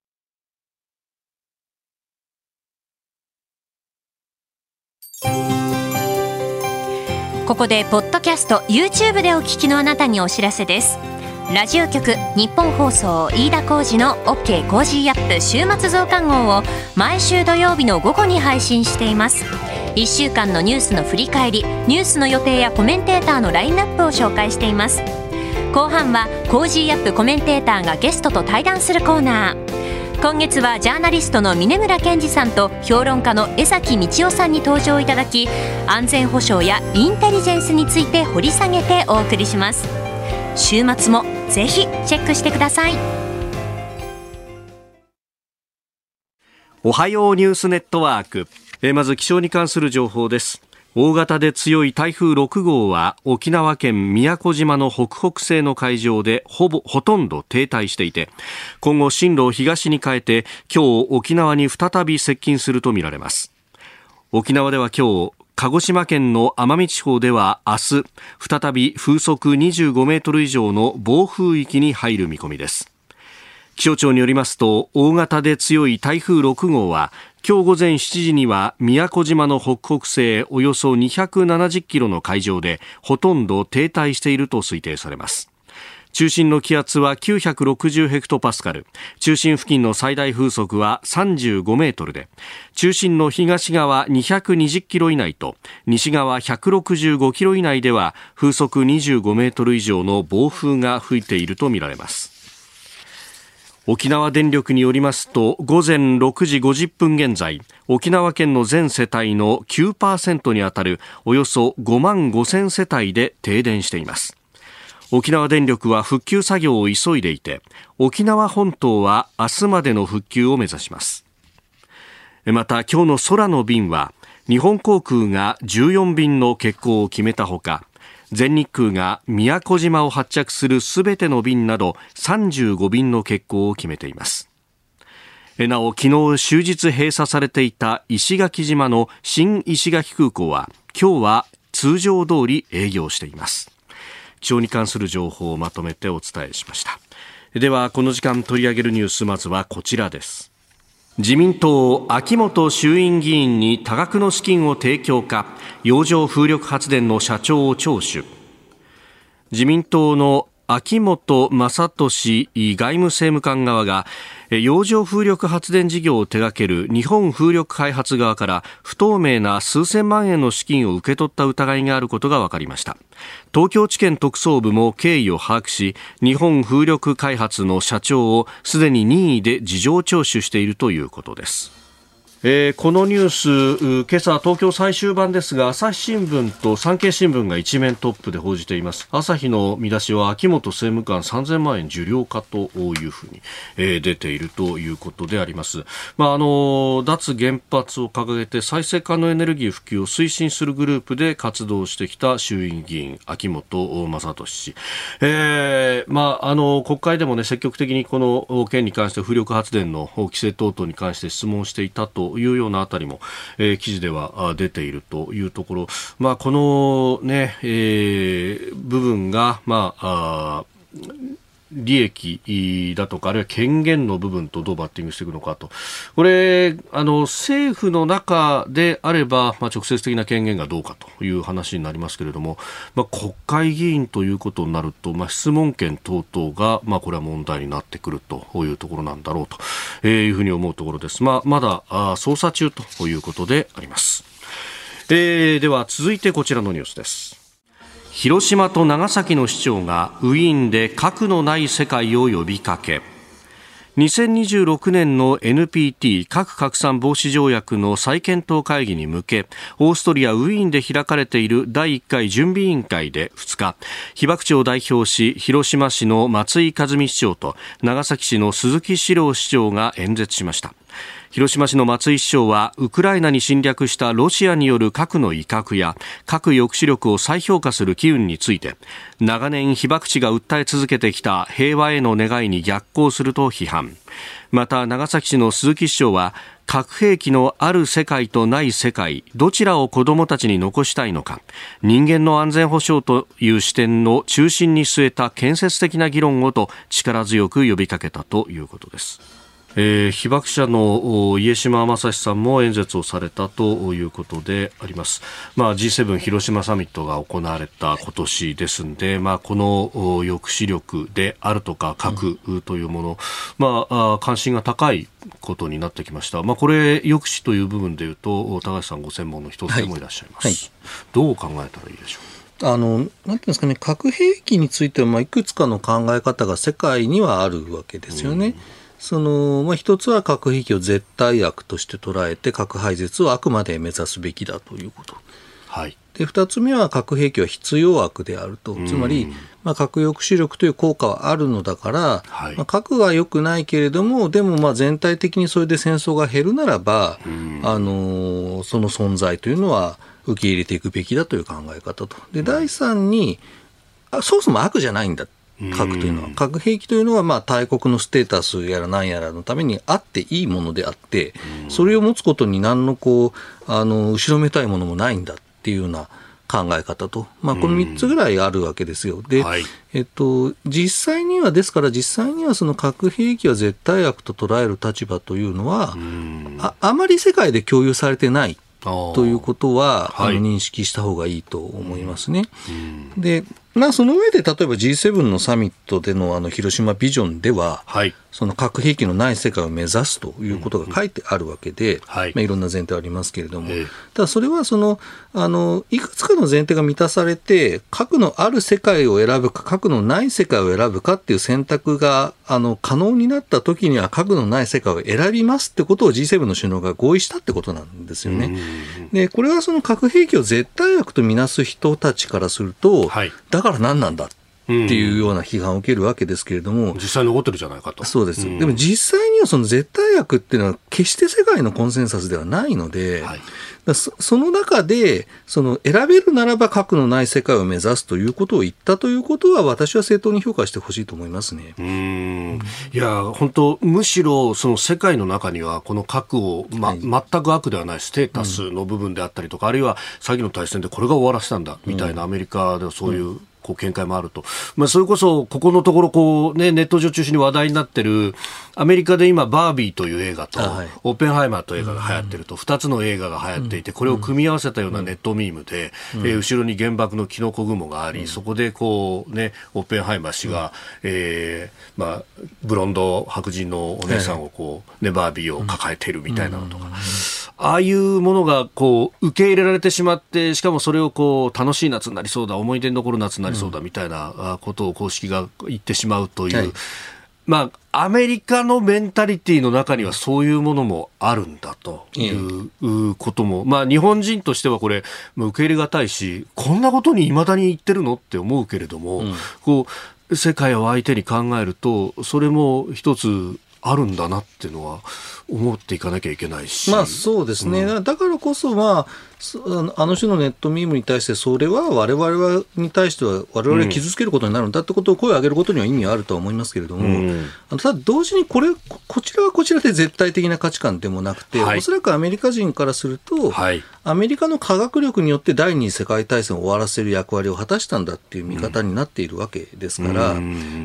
ここでポッドキャスト YouTube でお聞きのあなたにお知らせです。ラジオ局日本放送飯田浩司の OK コージーアップ週末増刊号を毎週土曜日の午後に配信しています。1週間のニュースの振り返り、ニュースの予定やコメンテーターのラインナップを紹介しています。後半はコージーアップコメンテーターがゲストと対談するコーナー。 今月はジャーナリストの峯村健二さんと評論家の江崎道夫さんに登場いただき、安全保障やインテリジェンスについて掘り下げてお送りします。週末もぜひチェックしてください。 おはようニュースネットワーク。まず気象に関する情報です。大型で強い台風6号は沖縄県宮古島の北北西の海上でほとんど停滞していて、今後進路を東に変えて今日沖縄に再び接近するとみられます。沖縄では今日、鹿児島県の奄美地方では明日再び風速25メートル以上の暴風域に入る見込みです。気象庁によりますと、大型で強い台風6号は今日午前7時には宮古島の北北西およそ270キロの海上でほとんど停滞していると推定されます。中心の気圧は960ヘクトパスカル、中心付近の最大風速は35メートルで、中心の東側220キロ以内と西側165キロ以内では風速25メートル以上の暴風が吹いているとみられます。沖縄電力によりますと、午前6時50分現在、沖縄県の全世帯の 9% にあたるおよそ5万5000世帯で停電しています。沖縄電力は復旧作業を急いでいて、沖縄本島は明日までの復旧を目指します。また今日の空の便は日本航空が14便の欠航を決めたほか、全日空が宮古島を発着するすべての便など35便の欠航を決めています。なお、昨日終日閉鎖されていた石垣島の新石垣空港は今日は通常通り営業しています。気象に関する情報をまとめてお伝えしました。ではこの時間取り上げるニュース、まずはこちらです。自民党秋本衆院議員に多額の資金を提供か、洋上風力発電の社長を聴取。自民党の秋本真利外務政務官側が洋上風力発電事業を手掛ける日本風力開発側から不透明な数千万円の資金を受け取った疑いがあることが分かりました。東京地検特捜部も経緯を把握し、日本風力開発の社長をすでに任意で事情聴取しているということです。このニュース、今朝東京最終版ですが、朝日新聞と産経新聞が一面トップで報じています。朝日の見出しは秋元政務官3000万円受領かというふうに、出ているということであります。脱原発を掲げて再生可能エネルギー普及を推進するグループで活動してきた衆院議員秋元真利氏、国会でも、積極的にこの件に関して風力発電の規制等々に関して質問していたというようなあたりも、記事では出ているというところ、この、部分が、利益だとか、あるいは権限の部分とどうバッティングしていくのかと、これ政府の中であれば、直接的な権限がどうかという話になりますけれども、国会議員ということになると、質問権等々が、これは問題になってくるというところなんだろうというふうに思うところです。まだ捜査中ということであります。では続いてこちらのニュースです。広島と長崎の市長がウィーンで核のない世界を呼びかけ。2026年の NPT 核拡散防止条約の再検討会議に向け、オーストリア・ウィーンで開かれている第1回準備委員会で2日、被爆地を代表し広島市の松井一実市長と長崎市の鈴木史郎市長が演説しました。広島市の松井市長は、ウクライナに侵略したロシアによる核の威嚇や核抑止力を再評価する機運について、長年被爆地が訴え続けてきた平和への願いに逆行すると批判。また長崎市の鈴木市長は、核兵器のある世界とない世界、どちらを子どもたちに残したいのか、人間の安全保障という視点の中心に据えた建設的な議論をと力強く呼びかけたということです。被爆者の家島正史さんも演説をされたということであります。G7 広島サミットが行われた今年ですので、この抑止力であるとか核というもの、関心が高いことになってきました。これ抑止という部分でいうと高橋さんご専門の一つでもいらっしゃいます。どう考えたらいいでしょう。 なんていうんですかね、核兵器についてはいくつかの考え方が世界にはあるわけですよね。 一つは核兵器を絶対悪として捉えて核廃絶をあくまで目指すべきだということ。 はい。 で、二つ目は核兵器は必要悪であると。つまり、核抑止力という効果はあるのだから、はい、核は良くないけれども、でも全体的にそれで戦争が減るならば、その存在というのは受け入れていくべきだという考え方と。で、第三に、そもそも悪じゃないんだ。核というのは、核兵器というのは大国のステータスやら何やらのためにあっていいものであって、それを持つことに何の後ろめたいものもないんだっていうような考え方と、この3つぐらいあるわけですよ。で、はい、実際にはその核兵器は絶対悪と捉える立場というのは、あまり世界で共有されてないということは、はい、認識した方がいいと思いますね。で、その上で例えば G7 のサミットでの広島ビジョンでは、はい、その核兵器のない世界を目指すということが書いてあるわけで、いろんな前提ありますけれども、ただそれはいくつかの前提が満たされて、核のある世界を選ぶか核のない世界を選ぶかっていう選択が可能になった時には核のない世界を選びますってことを G7 の首脳が合意したってことなんですよね。で、これはその核兵器を絶対悪とみなす人たちからすると、はい、だから何なんだっていうような批判を受けるわけですけれども、 実際残ってるじゃないかと。 そうです。でも実際にはその絶対悪っていうのは決して世界のコンセンサスではないので、はい、その中で選べるならば核のない世界を目指すということを言ったということは、私は正当に評価してほしいと思いますね。 いや本当、むしろその世界の中にはこの核を、はい、全く悪ではないステータスの部分であったりとか、あるいは先の大戦でこれが終わらせたんだみたいな、アメリカではそういう見解もあると。それこそここのところネット上中心に話題になっているアメリカで今バービーという映画と、はい、オーペンハイマーという映画が流行っていると、2つの映画が流行っていて、これを組み合わせたようなネットミームで、後ろに原爆のキノコ雲があり、そこでオーペンハイマー氏が、ブロンド白人のお姉さんをバービーを抱えているみたいなのとか、ああいうものが受け入れられてしまって、しかもそれを楽しい夏になりそうだ、思い出に残る夏になりそうだみたいなことを公式が言ってしまうという、はい、アメリカのメンタリティの中にはそういうものもあるんだということも、日本人としてはこれ受け入れがたいし、こんなことに未だに言ってるのって思うけれども、世界を相手に考えるとそれも一つあるんだなっていうのは思っていかなきゃいけないし、 そうですね、だからこそ、あの種のネットミームに対して、それは我々に対しては我々を傷つけることになるんだってことを声を上げることには意味はあるとは思いますけれども、ただ同時にこちらはこちらで絶対的な価値観でもなくて、はい、おそらくアメリカ人からすると、はい、アメリカの科学力によって第二次世界大戦を終わらせる役割を果たしたんだっていう見方になっているわけですから、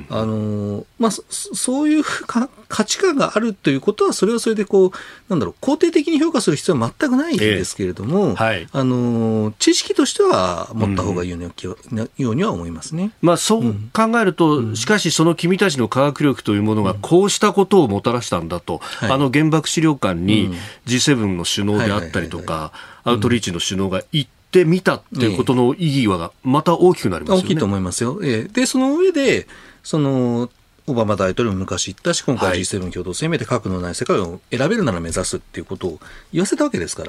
そういう価値観があるということは、それはそれで肯定的に評価する必要は全くないんですけれども、はい、知識としては持った方がいいようには思いますね。 そう考えると、しかしその君たちの科学力というものがこうしたことをもたらしたんだと、原爆資料館に G7 の首脳であったりとか、アウトリーチの首脳が行ってみたっていうことの意義はまた大きくなりますよね。 大きいと思いますよ。で、その上でオバマ大統領も昔言ったし、今回 G7 共同声明で核のない世界を選べるなら目指すっていうことを言わせたわけですから、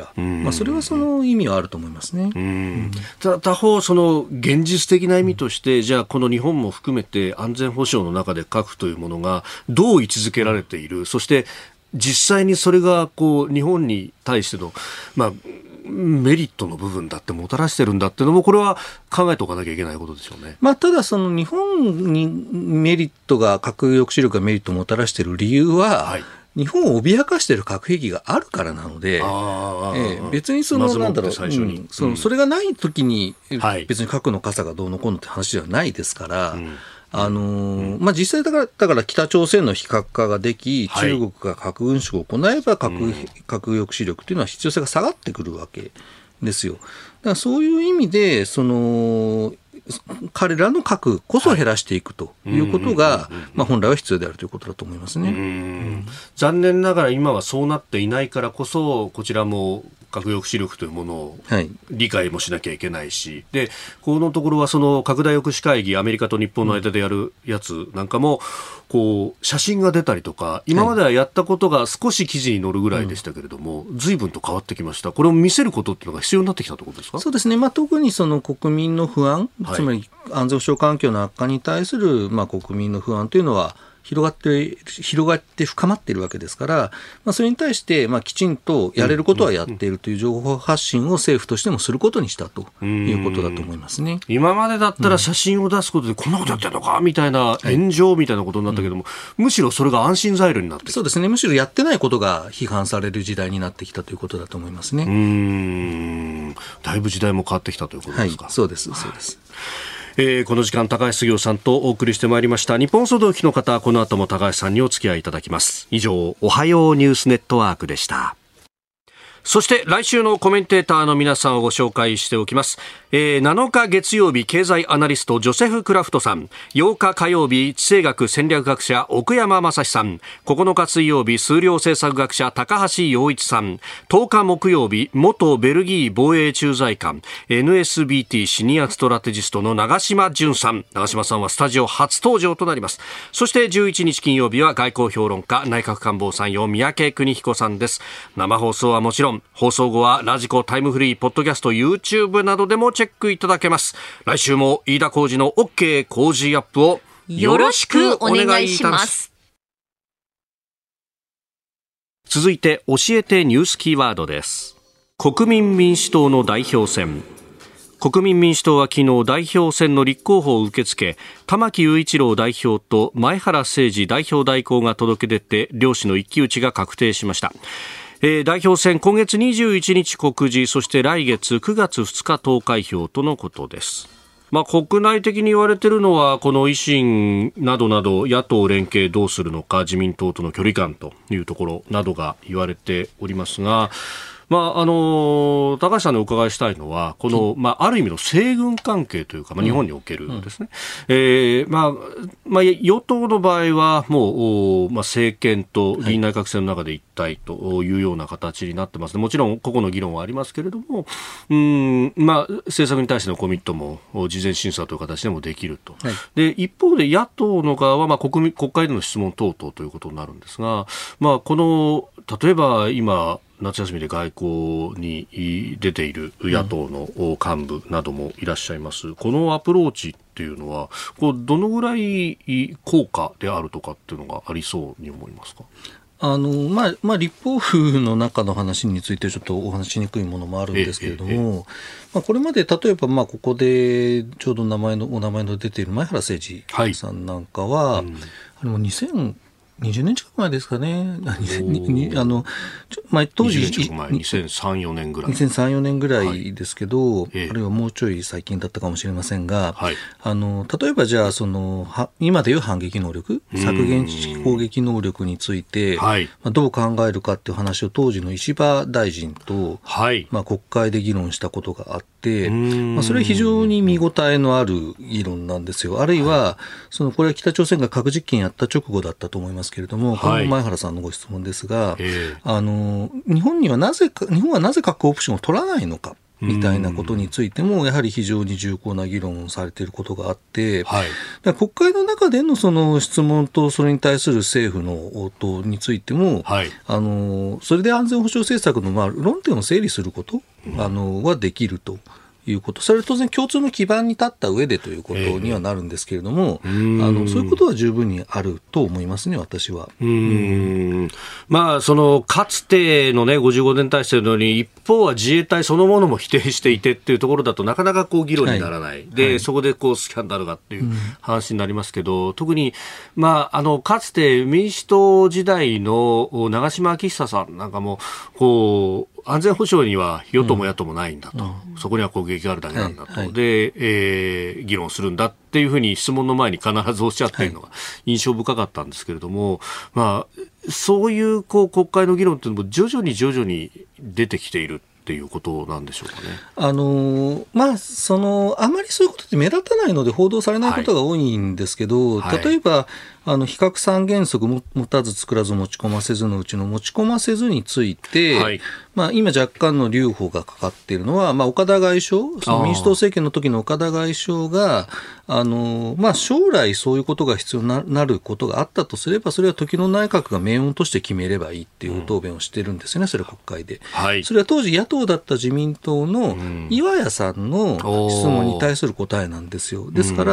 それはその意味はあると思いますね。 他方、現実的な意味として、じゃあこの日本も含めて安全保障の中で核というものがどう位置づけられている、そして実際にそれが日本に対してのメリットの部分だってもたらしてるんだっていうのも、これは考えておかなきゃいけないことでしょうね。 ただ日本にメリットが、核抑止力がメリットをもたらしている理由は、はい、日本を脅かしている核兵器があるからなので、別にそれがないときに、別に核の傘がどうのこうのって話ではないですから、実際だから北朝鮮の非核化ができ、中国が核軍縮を行えば核抑止力というのは必要性が下がってくるわけですよ。だからそういう意味で彼らの核こそ減らしていくということが、本来は必要であるということだと思いますね。 残念ながら今はそうなっていないからこそ、こちらも核抑止力というものを理解もしなきゃいけないし、でこのところはその拡大抑止会議、アメリカと日本の間でやるやつなんかも、こう写真が出たりとか、今まではやったことが少し記事に載るぐらいでしたけれども、随分と変わってきました。これを見せることっていうのが必要になってきたということですか？ そうですね、特にその国民の不安、つまり安全保障環境の悪化に対する国民の不安というのは広がって深まっているわけですから、それに対してきちんとやれることはやっているという情報発信を政府としてもすることにしたということだと思いますね。 今までだったら写真を出すことでこんなことやってるのかみたいな炎上みたいなことになったけども、むしろそれが安心材料になってきた。 そうですね、むしろやってないことが批判される時代になってきたということだと思いますね。 だいぶ時代も変わってきたということですか？ そうです、そうです。 この時間高橋杉雄さんとお送りしてまいりました。日本総動機の方、この後も高橋さんにお付き合いいただきます。以上、おはようニュースネットワークでした。そして来週のコメンテーターの皆さんをご紹介しておきます。7日月曜日経済アナリストジョセフ・クラフトさん、8日火曜日地政学戦略学者奥山正史さん、9日水曜日数量政策学者高橋洋一さん、10日木曜日元ベルギー防衛駐在官 NSBT シニアストラテジストの長島淳さん。長島さんはスタジオ初登場となります。そして11日金曜日は外交評論家内閣官房参与三宅邦彦さんです。生放送はもちろん、放送後はラジコ、タイムフリー、ポッドキャスト、YouTube などでもチェックいただけます。来週も飯田浩司の OK 工事アップをよろしくお願いします。続いて教えてニュースキーワードです。国民民主党の代表選。国民民主党は昨日代表選の立候補を受け付け、玉木雄一郎代表と前原誠司代表代行が届け出て、両氏の一騎打ちが確定しました。代表選今月21日告示、そして来月9月2日投開票とのことです。国内的に言われているのは、この維新などなど野党連携どうするのか、自民党との距離感というところなどが言われておりますが、高橋さんにお伺いしたいのは、この、ある意味の西軍関係というか、日本におけるですね。与党の場合は、もう、政権と議員内閣制の中で一体というような形になってますね。もちろん、個々の議論はありますけれども、政策に対してのコミットも、事前審査という形でもできると。で、一方で野党の側は、国会での質問等々ということになるんですが、この、例えば今、夏休みで外交に出ている野党の幹部などもいらっしゃいます。このアプローチっていうのは、どのぐらい効果であるとかっていうのがありそうに思いますか？ 立法府の中の話についてちょっとお話しにくいものもあるんですけれども、これまで例えばここでちょうどお名前の出ている前原誠司さんなんかは、あれも2020年近く前ですかね。当時 2003、4年ぐらい。 2003、4年ぐらいですけど、あるいはもうちょい最近だったかもしれませんが、例えばじゃあ、今でいう反撃能力、削減攻撃能力について、どう考えるかっていう話を当時の石破大臣と、国会で議論したことがあって、それは非常に見応えのある議論なんですよ。あるいは、これは北朝鮮が核実験やった直後だったと思いますけれども、この前原さんのご質問ですが、日本はなぜ核オプションを取らないのかみたいなことについてもやはり非常に重厚な議論をされていることがあって、国会の中でのその質問とそれに対する政府の応答についても、それで安全保障政策の論点を整理することはできるということ、それは当然共通の基盤に立った上でということにはなるんですけれども、そういうことは十分にあると思いますね、私は。 かつてのね、55年体制のように、一方は自衛隊そのものも否定していてっていうところだとなかなか議論にならない。で、そこでスキャンダルがっていう話になりますけど、特に、かつて民主党時代の長嶋昭久さんなんかも、安全保障には与党も野党もないんだと、そこには攻撃があるだけなんだと、で、議論するんだっていうふうに質問の前に必ずおっしゃっているのが印象深かったんですけれども、そういう国会の議論というのも徐々に出てきているっていうことなんでしょうかね。 あまりそういうことって目立たないので報道されないことが多いんですけど、例えば非核三原則持たず作らず持ち込ませずのうちの持ち込ませずについて、 今若干の留保がかかっているのは、岡田外相、その民主党政権の時の岡田外相が、将来そういうことが必要になることがあったとすれば、それは時の内閣が命運として決めればいいっていう答弁をしてるんですよね、それは国会で。はい、それは当時野党だった自民党の岩屋さんの質問に対する答えなんですよ。ですから、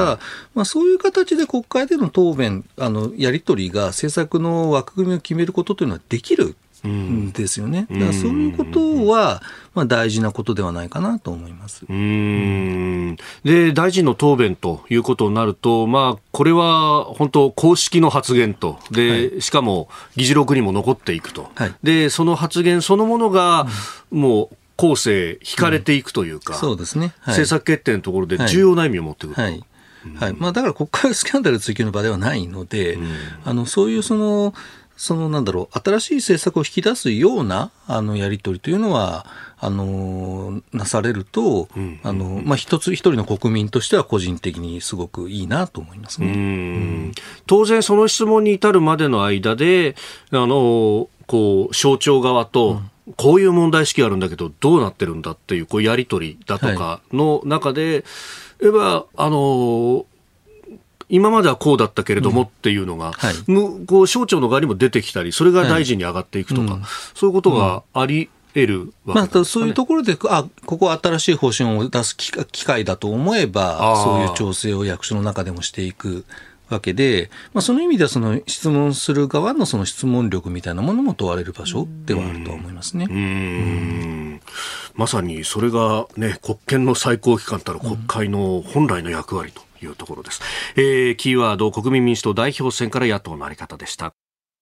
そういう形で国会での答弁、やり取りが政策の枠組みを決めることというのはできるんですよね。だからそういうことは、大事なことではないかなと思います。 で、大臣の答弁ということになると、これは本当公式の発言とで、しかも議事録にも残っていくと、でその発言そのものがもう後世引かれていくというか、 そうですね、 政策決定のところで重要な意味を持ってくると。 だから国会はスキャンダル追及の場ではないので、そういう新しい政策を引き出すようなやり取りというのはなされると、一人の国民としては個人的にすごくいいなと思いますね。 当然その質問に至るまでの間で省庁側と、こういう問題意識があるんだけどどうなってるんだっていうやり取りだとかの中で、今まではこうだったけれどもっていうのが、省庁の側にも出てきたり、それが大臣に上がっていくとか、そういうことがあり得るわけですかね。 そういうところで、ここは新しい方針を出す機会だと思えば、そういう調整を役所の中でもしていくわけで、その意味ではその質問する側のその質問力みたいなものも問われる場所ではあると思いますね。 まさにそれが、国権の最高機関たる国会の本来の役割というところです。キーワード、国民民主党代表選から野党の在り方でした。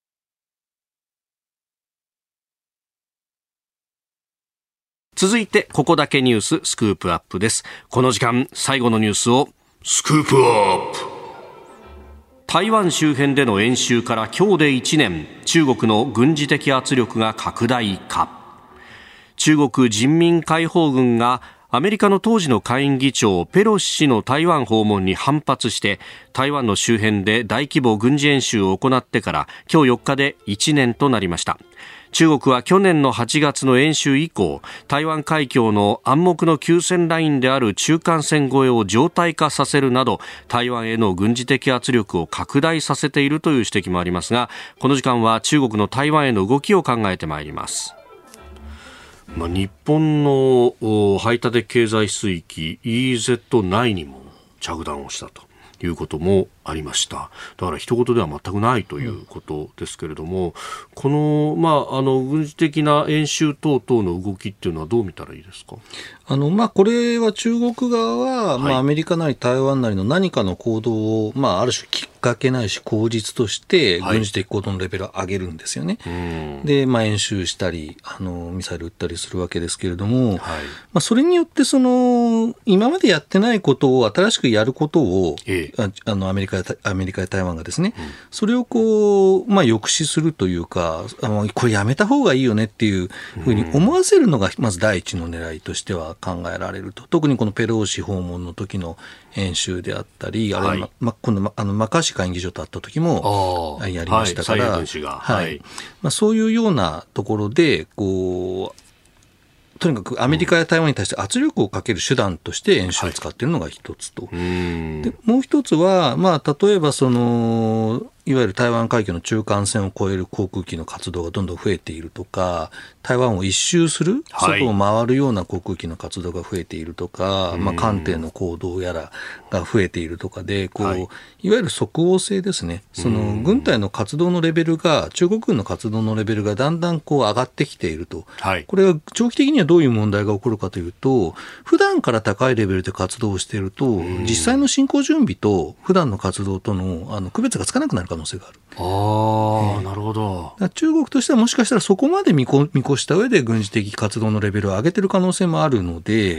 続いてここだけニューススクープアップです。この時間最後のニュースをスクープアップ。台湾周辺での演習から今日で1年、中国の軍事的圧力が拡大か。中国人民解放軍がアメリカの当時の下院議長ペロシ氏の台湾訪問に反発して台湾の周辺で大規模軍事演習を行ってから今日4日で1年となりました。中国は去年の8月の演習以降、台湾海峡の暗黙の休戦ラインである中間線越えを常態化させるなど台湾への軍事的圧力を拡大させているという指摘もありますが、この時間は中国の台湾への動きを考えてまいります。日本の排他的経済水域 EEZ 内にも着弾をしたということもありました。だから一言では全くないということですけれども、この、軍事的な演習等々の動きっていうのはどう見たらいいですか。 これは中国側は、アメリカなり台湾なりの何かの行動を、ある種きっかけないし口実として軍事的行動のレベルを上げるんですよね。で、演習したりミサイル撃ったりするわけですけれども、それによって今までやってないことを新しくやることを、アメリカや台湾がですね、それを抑止するというか、これやめた方がいいよねっていうふうに思わせるのがまず第一の狙いとしては考えられると。特にこのペローシ訪問の時の演習であったり、今度マッカーシー下院議長と会った時もやりましたから、そういうようなところでとにかくアメリカや台湾に対して圧力をかける手段として演習を使っているのが一つと、でもう一つは、例えばいわゆる台湾海峡の中間線を越える航空機の活動がどんどん増えているとか、台湾を一周する、外を回るような航空機の活動が増えているとか、艦艇の行動やらが増えているとかで、いわゆる即応性ですね、軍隊の活動のレベルが、中国軍の活動のレベルがだんだん上がってきていると、これが長期的にはどういう問題が起こるかというと、普段から高いレベルで活動をしていると、実際の進行準備と普段の活動との区別がつかなくなる可能性がある。 なるほど。 中国としてはもしかしたらそこまで見越した上で軍事的活動のレベルを上げている可能性もあるので、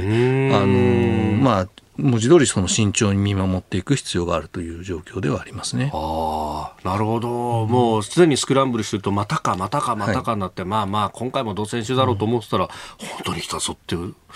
文字通り慎重に見守っていく必要があるという状況ではありますね。 なるほど。もうすでにスクランブルしてるとまたかになって、今回もどうせ演習だろうと思ってたら、本当に来たぞっていう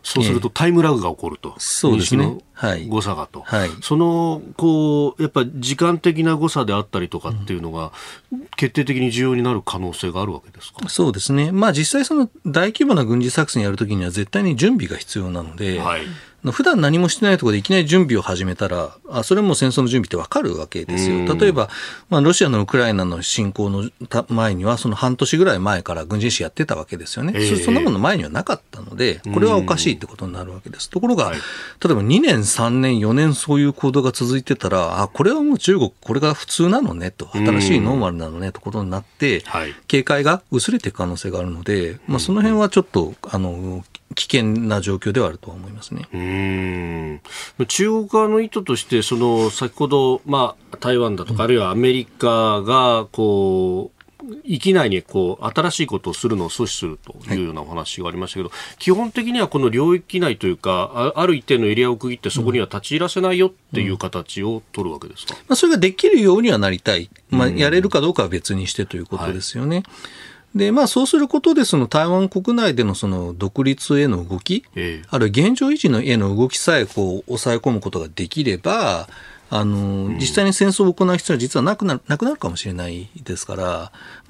そうするとタイムラグが起こると、 そうですね、 誤差がと、 はい、 そのやっぱり時間的な誤差であったりとかっていうのが、決定的に重要になる可能性があるわけですか。 そうですね、実際、その大規模な軍事作戦やるときには、絶対に準備が必要なので、はい、普段何もしてないところでいきなり準備を始めたら、それも戦争の準備って分かるわけですよ。例えば、ロシアのウクライナの侵攻の前には、その半年ぐらい前から軍事演習やってたわけですよね。そんなもの前にはなかったので、これはおかしいってことになるわけです。ところが、例えば2年、3年、4年そういう行動が続いてたら、これはもう中国、これが普通なのねと、新しいノーマルなのねということになって、警戒が薄れていく可能性があるので、その辺はちょっと、危険な状況ではあると思いますね。 中国側の意図として、先ほど、台湾だとか、あるいはアメリカが域内に新しいことをするのを阻止するというようなお話がありましたけど、基本的にはこの領域内というか、ある一定のエリアを区切ってそこには立ち入らせないよっていう形を取るわけですか。 それができるようにはなりたい。やれるかどうかは別にしてということですよね。で、そうすることで、台湾国内での独立への動き、あるいは現状維持への動きさえ抑え込むことができれば、実際に戦争を行う必要は実はなくなるかもしれないですから、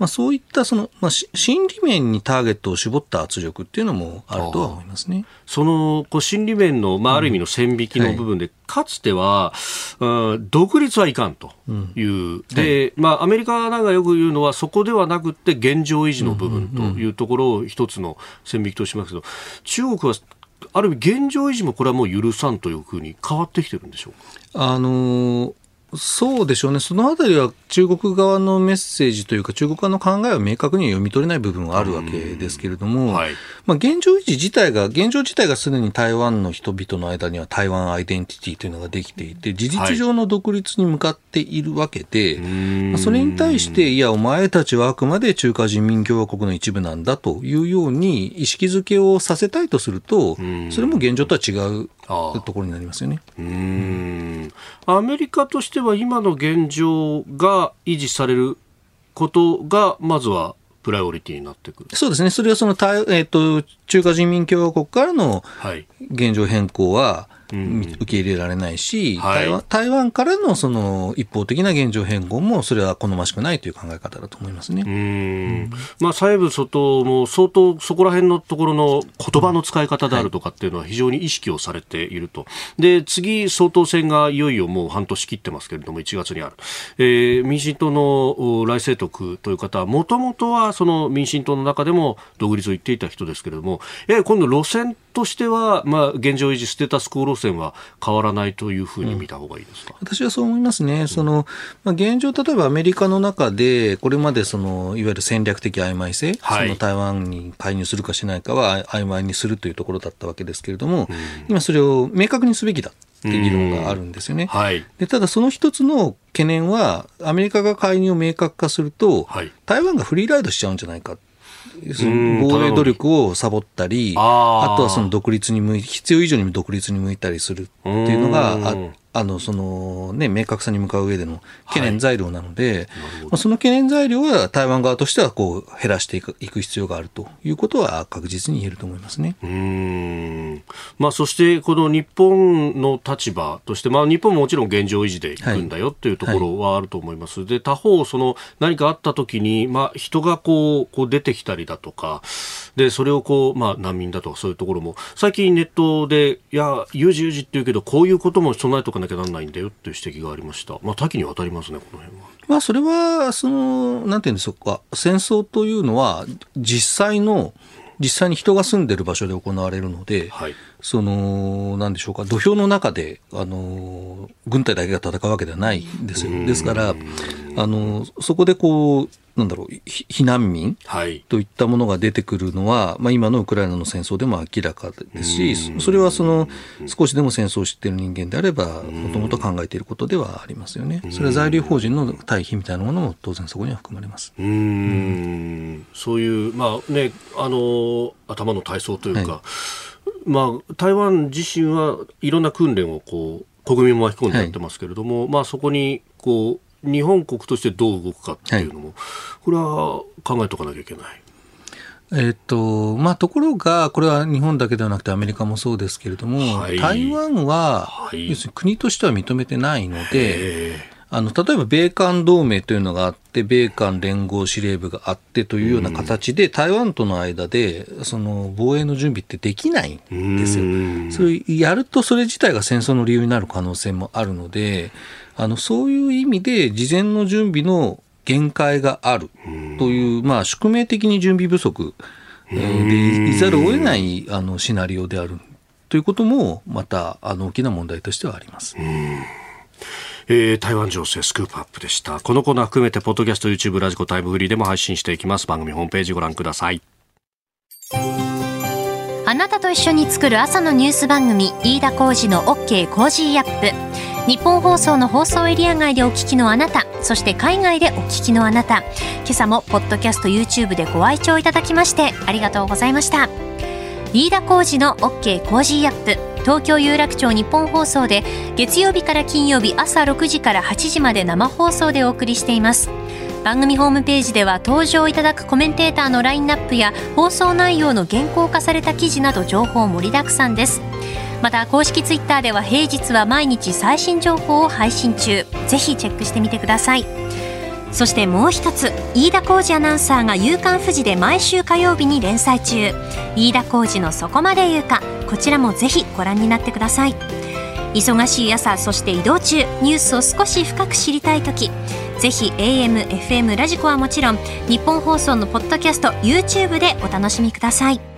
そういった心理面にターゲットを絞った圧力っていうのもあるとは思いますね。 心理面の、ある意味の線引きの部分で、かつては、独立はいかんという、で、アメリカなんかよく言うのは、そこではなくて現状維持の部分というところを一つの線引きとしますけど、中国はある意味現状維持もこれはもう許さんというふうに変わってきてるんでしょうか。 そうでしょうね。そのあたりは中国側のメッセージというか、中国側の考えは明確には読み取れない部分はあるわけですけれども、現状自体がすでに台湾の人々の間には台湾アイデンティティというのができていて、事実上の独立に向かっているわけで、それに対して、いや、お前たちはあくまで中華人民共和国の一部なんだというように意識づけをさせたいとすると、それも現状とは違うところになりますよね。 アメリカとしては今の現状が維持されることがまずはプライオリティになってくる。 そうですね。それは中華人民共和国からの現状変更は受け入れられないし、台湾からの一方的な現状変更もそれは好ましくないという考え方だと思いますね。 蔡部外も相当そこら辺のところの言葉の使い方であるとかっていうのは非常に意識をされていると。で、次総統選がいよいよもう半年切ってますけれども、1月にある。民進党の来清徳という方はもともとはその民進党の中でも独立を言っていた人ですけれども、今度路線としては、現状維持ステータスクオ路線は変わらないというふうに見た方がいいですか。 私はそう思いますね。現状、例えばアメリカの中でこれまでいわゆる戦略的曖昧性、台湾に介入するかしないかは曖昧にするというところだったわけですけれども、今それを明確にすべきだっていう議論があるんですよね。で、ただその一つの懸念は、アメリカが介入を明確化すると、台湾がフリーライドしちゃうんじゃないか。防衛努力をサボったり、あとは独立に必要以上に独立に向いたりするっていうのが明確さに向かう上での懸念材料なので、その懸念材料は台湾側としては減らしていく必要があるということは確実に言えると思いますね。 そしてこの日本の立場として、日本ももちろん現状維持でいくんだよというところはあると思います。で、他方何かあった時に、人が出てきたりだとかで、それを難民だとかそういうところも最近ネットで有事って言うけどこういうことも備えとかなきゃならないんだよという指摘がありました。多岐にわたりますね、この辺は。 それはなんていうんでしょうか、戦争というのは実際に人が住んでいる場所で行われるので、なんでしょうか、土俵の中で軍隊だけが戦うわけではないんですよ。ですからそこで避難民といったものが出てくるのは、今のウクライナの戦争でも明らかですし、それは少しでも戦争を知っている人間であればもともと考えていることではありますよね。それは在留邦人の退避みたいなものも当然そこには含まれます。 そういう頭の体操というか、台湾自身はいろんな訓練を国民も巻き込んでやってますけれども、そこに日本国としてどう動くかっていうのも、これは考えておかなきゃいけない。 ところが、これは日本だけではなくてアメリカもそうですけれども、はい、台湾は、はい、要するに国としては認めてないので、例えば米韓同盟というのがあって、米韓連合司令部があってというような形で、台湾との間で、その防衛の準備ってできないんですよ。それやるとそれ自体が戦争の理由になる可能性もあるので、そういう意味で事前の準備の限界があるという、宿命的に準備不足でいざるを得ないシナリオであるということもまた大きな問題としてはあります。 台湾情勢スクープアップでした。このコーナー含めてポッドキャスト、YouTube、ラジコ、タイムフリーでも配信していきます。番組ホームページご覧ください。 あなたと一緒に作る朝のニュース番組、飯田浩司の OK コージーアップ。日本放送の放送エリア外でお聞きのあなた、そして海外でお聞きのあなた、今朝もポッドキャスト YouTube でご愛聴いただきましてありがとうございました。飯田浩司の OK コージーアップ、東京有楽町日本放送で月曜日から金曜日朝6時から8時まで生放送でお送りしています。番組ホームページでは登場いただくコメンテーターのラインナップや放送内容の原稿化された記事など情報盛りだくさんです。また公式ツイッターでは平日は毎日最新情報を配信中、ぜひチェックしてみてください。そしてもう一つ、飯田浩司アナウンサーが夕刊フジで毎週火曜日に連載中、飯田浩司のそこまで言うか、こちらもぜひご覧になってください。忙しい朝、そして移動中、ニュースを少し深く知りたいとき、ぜひ AM、FM、ラジコはもちろん日本放送のポッドキャスト、YouTube でお楽しみください。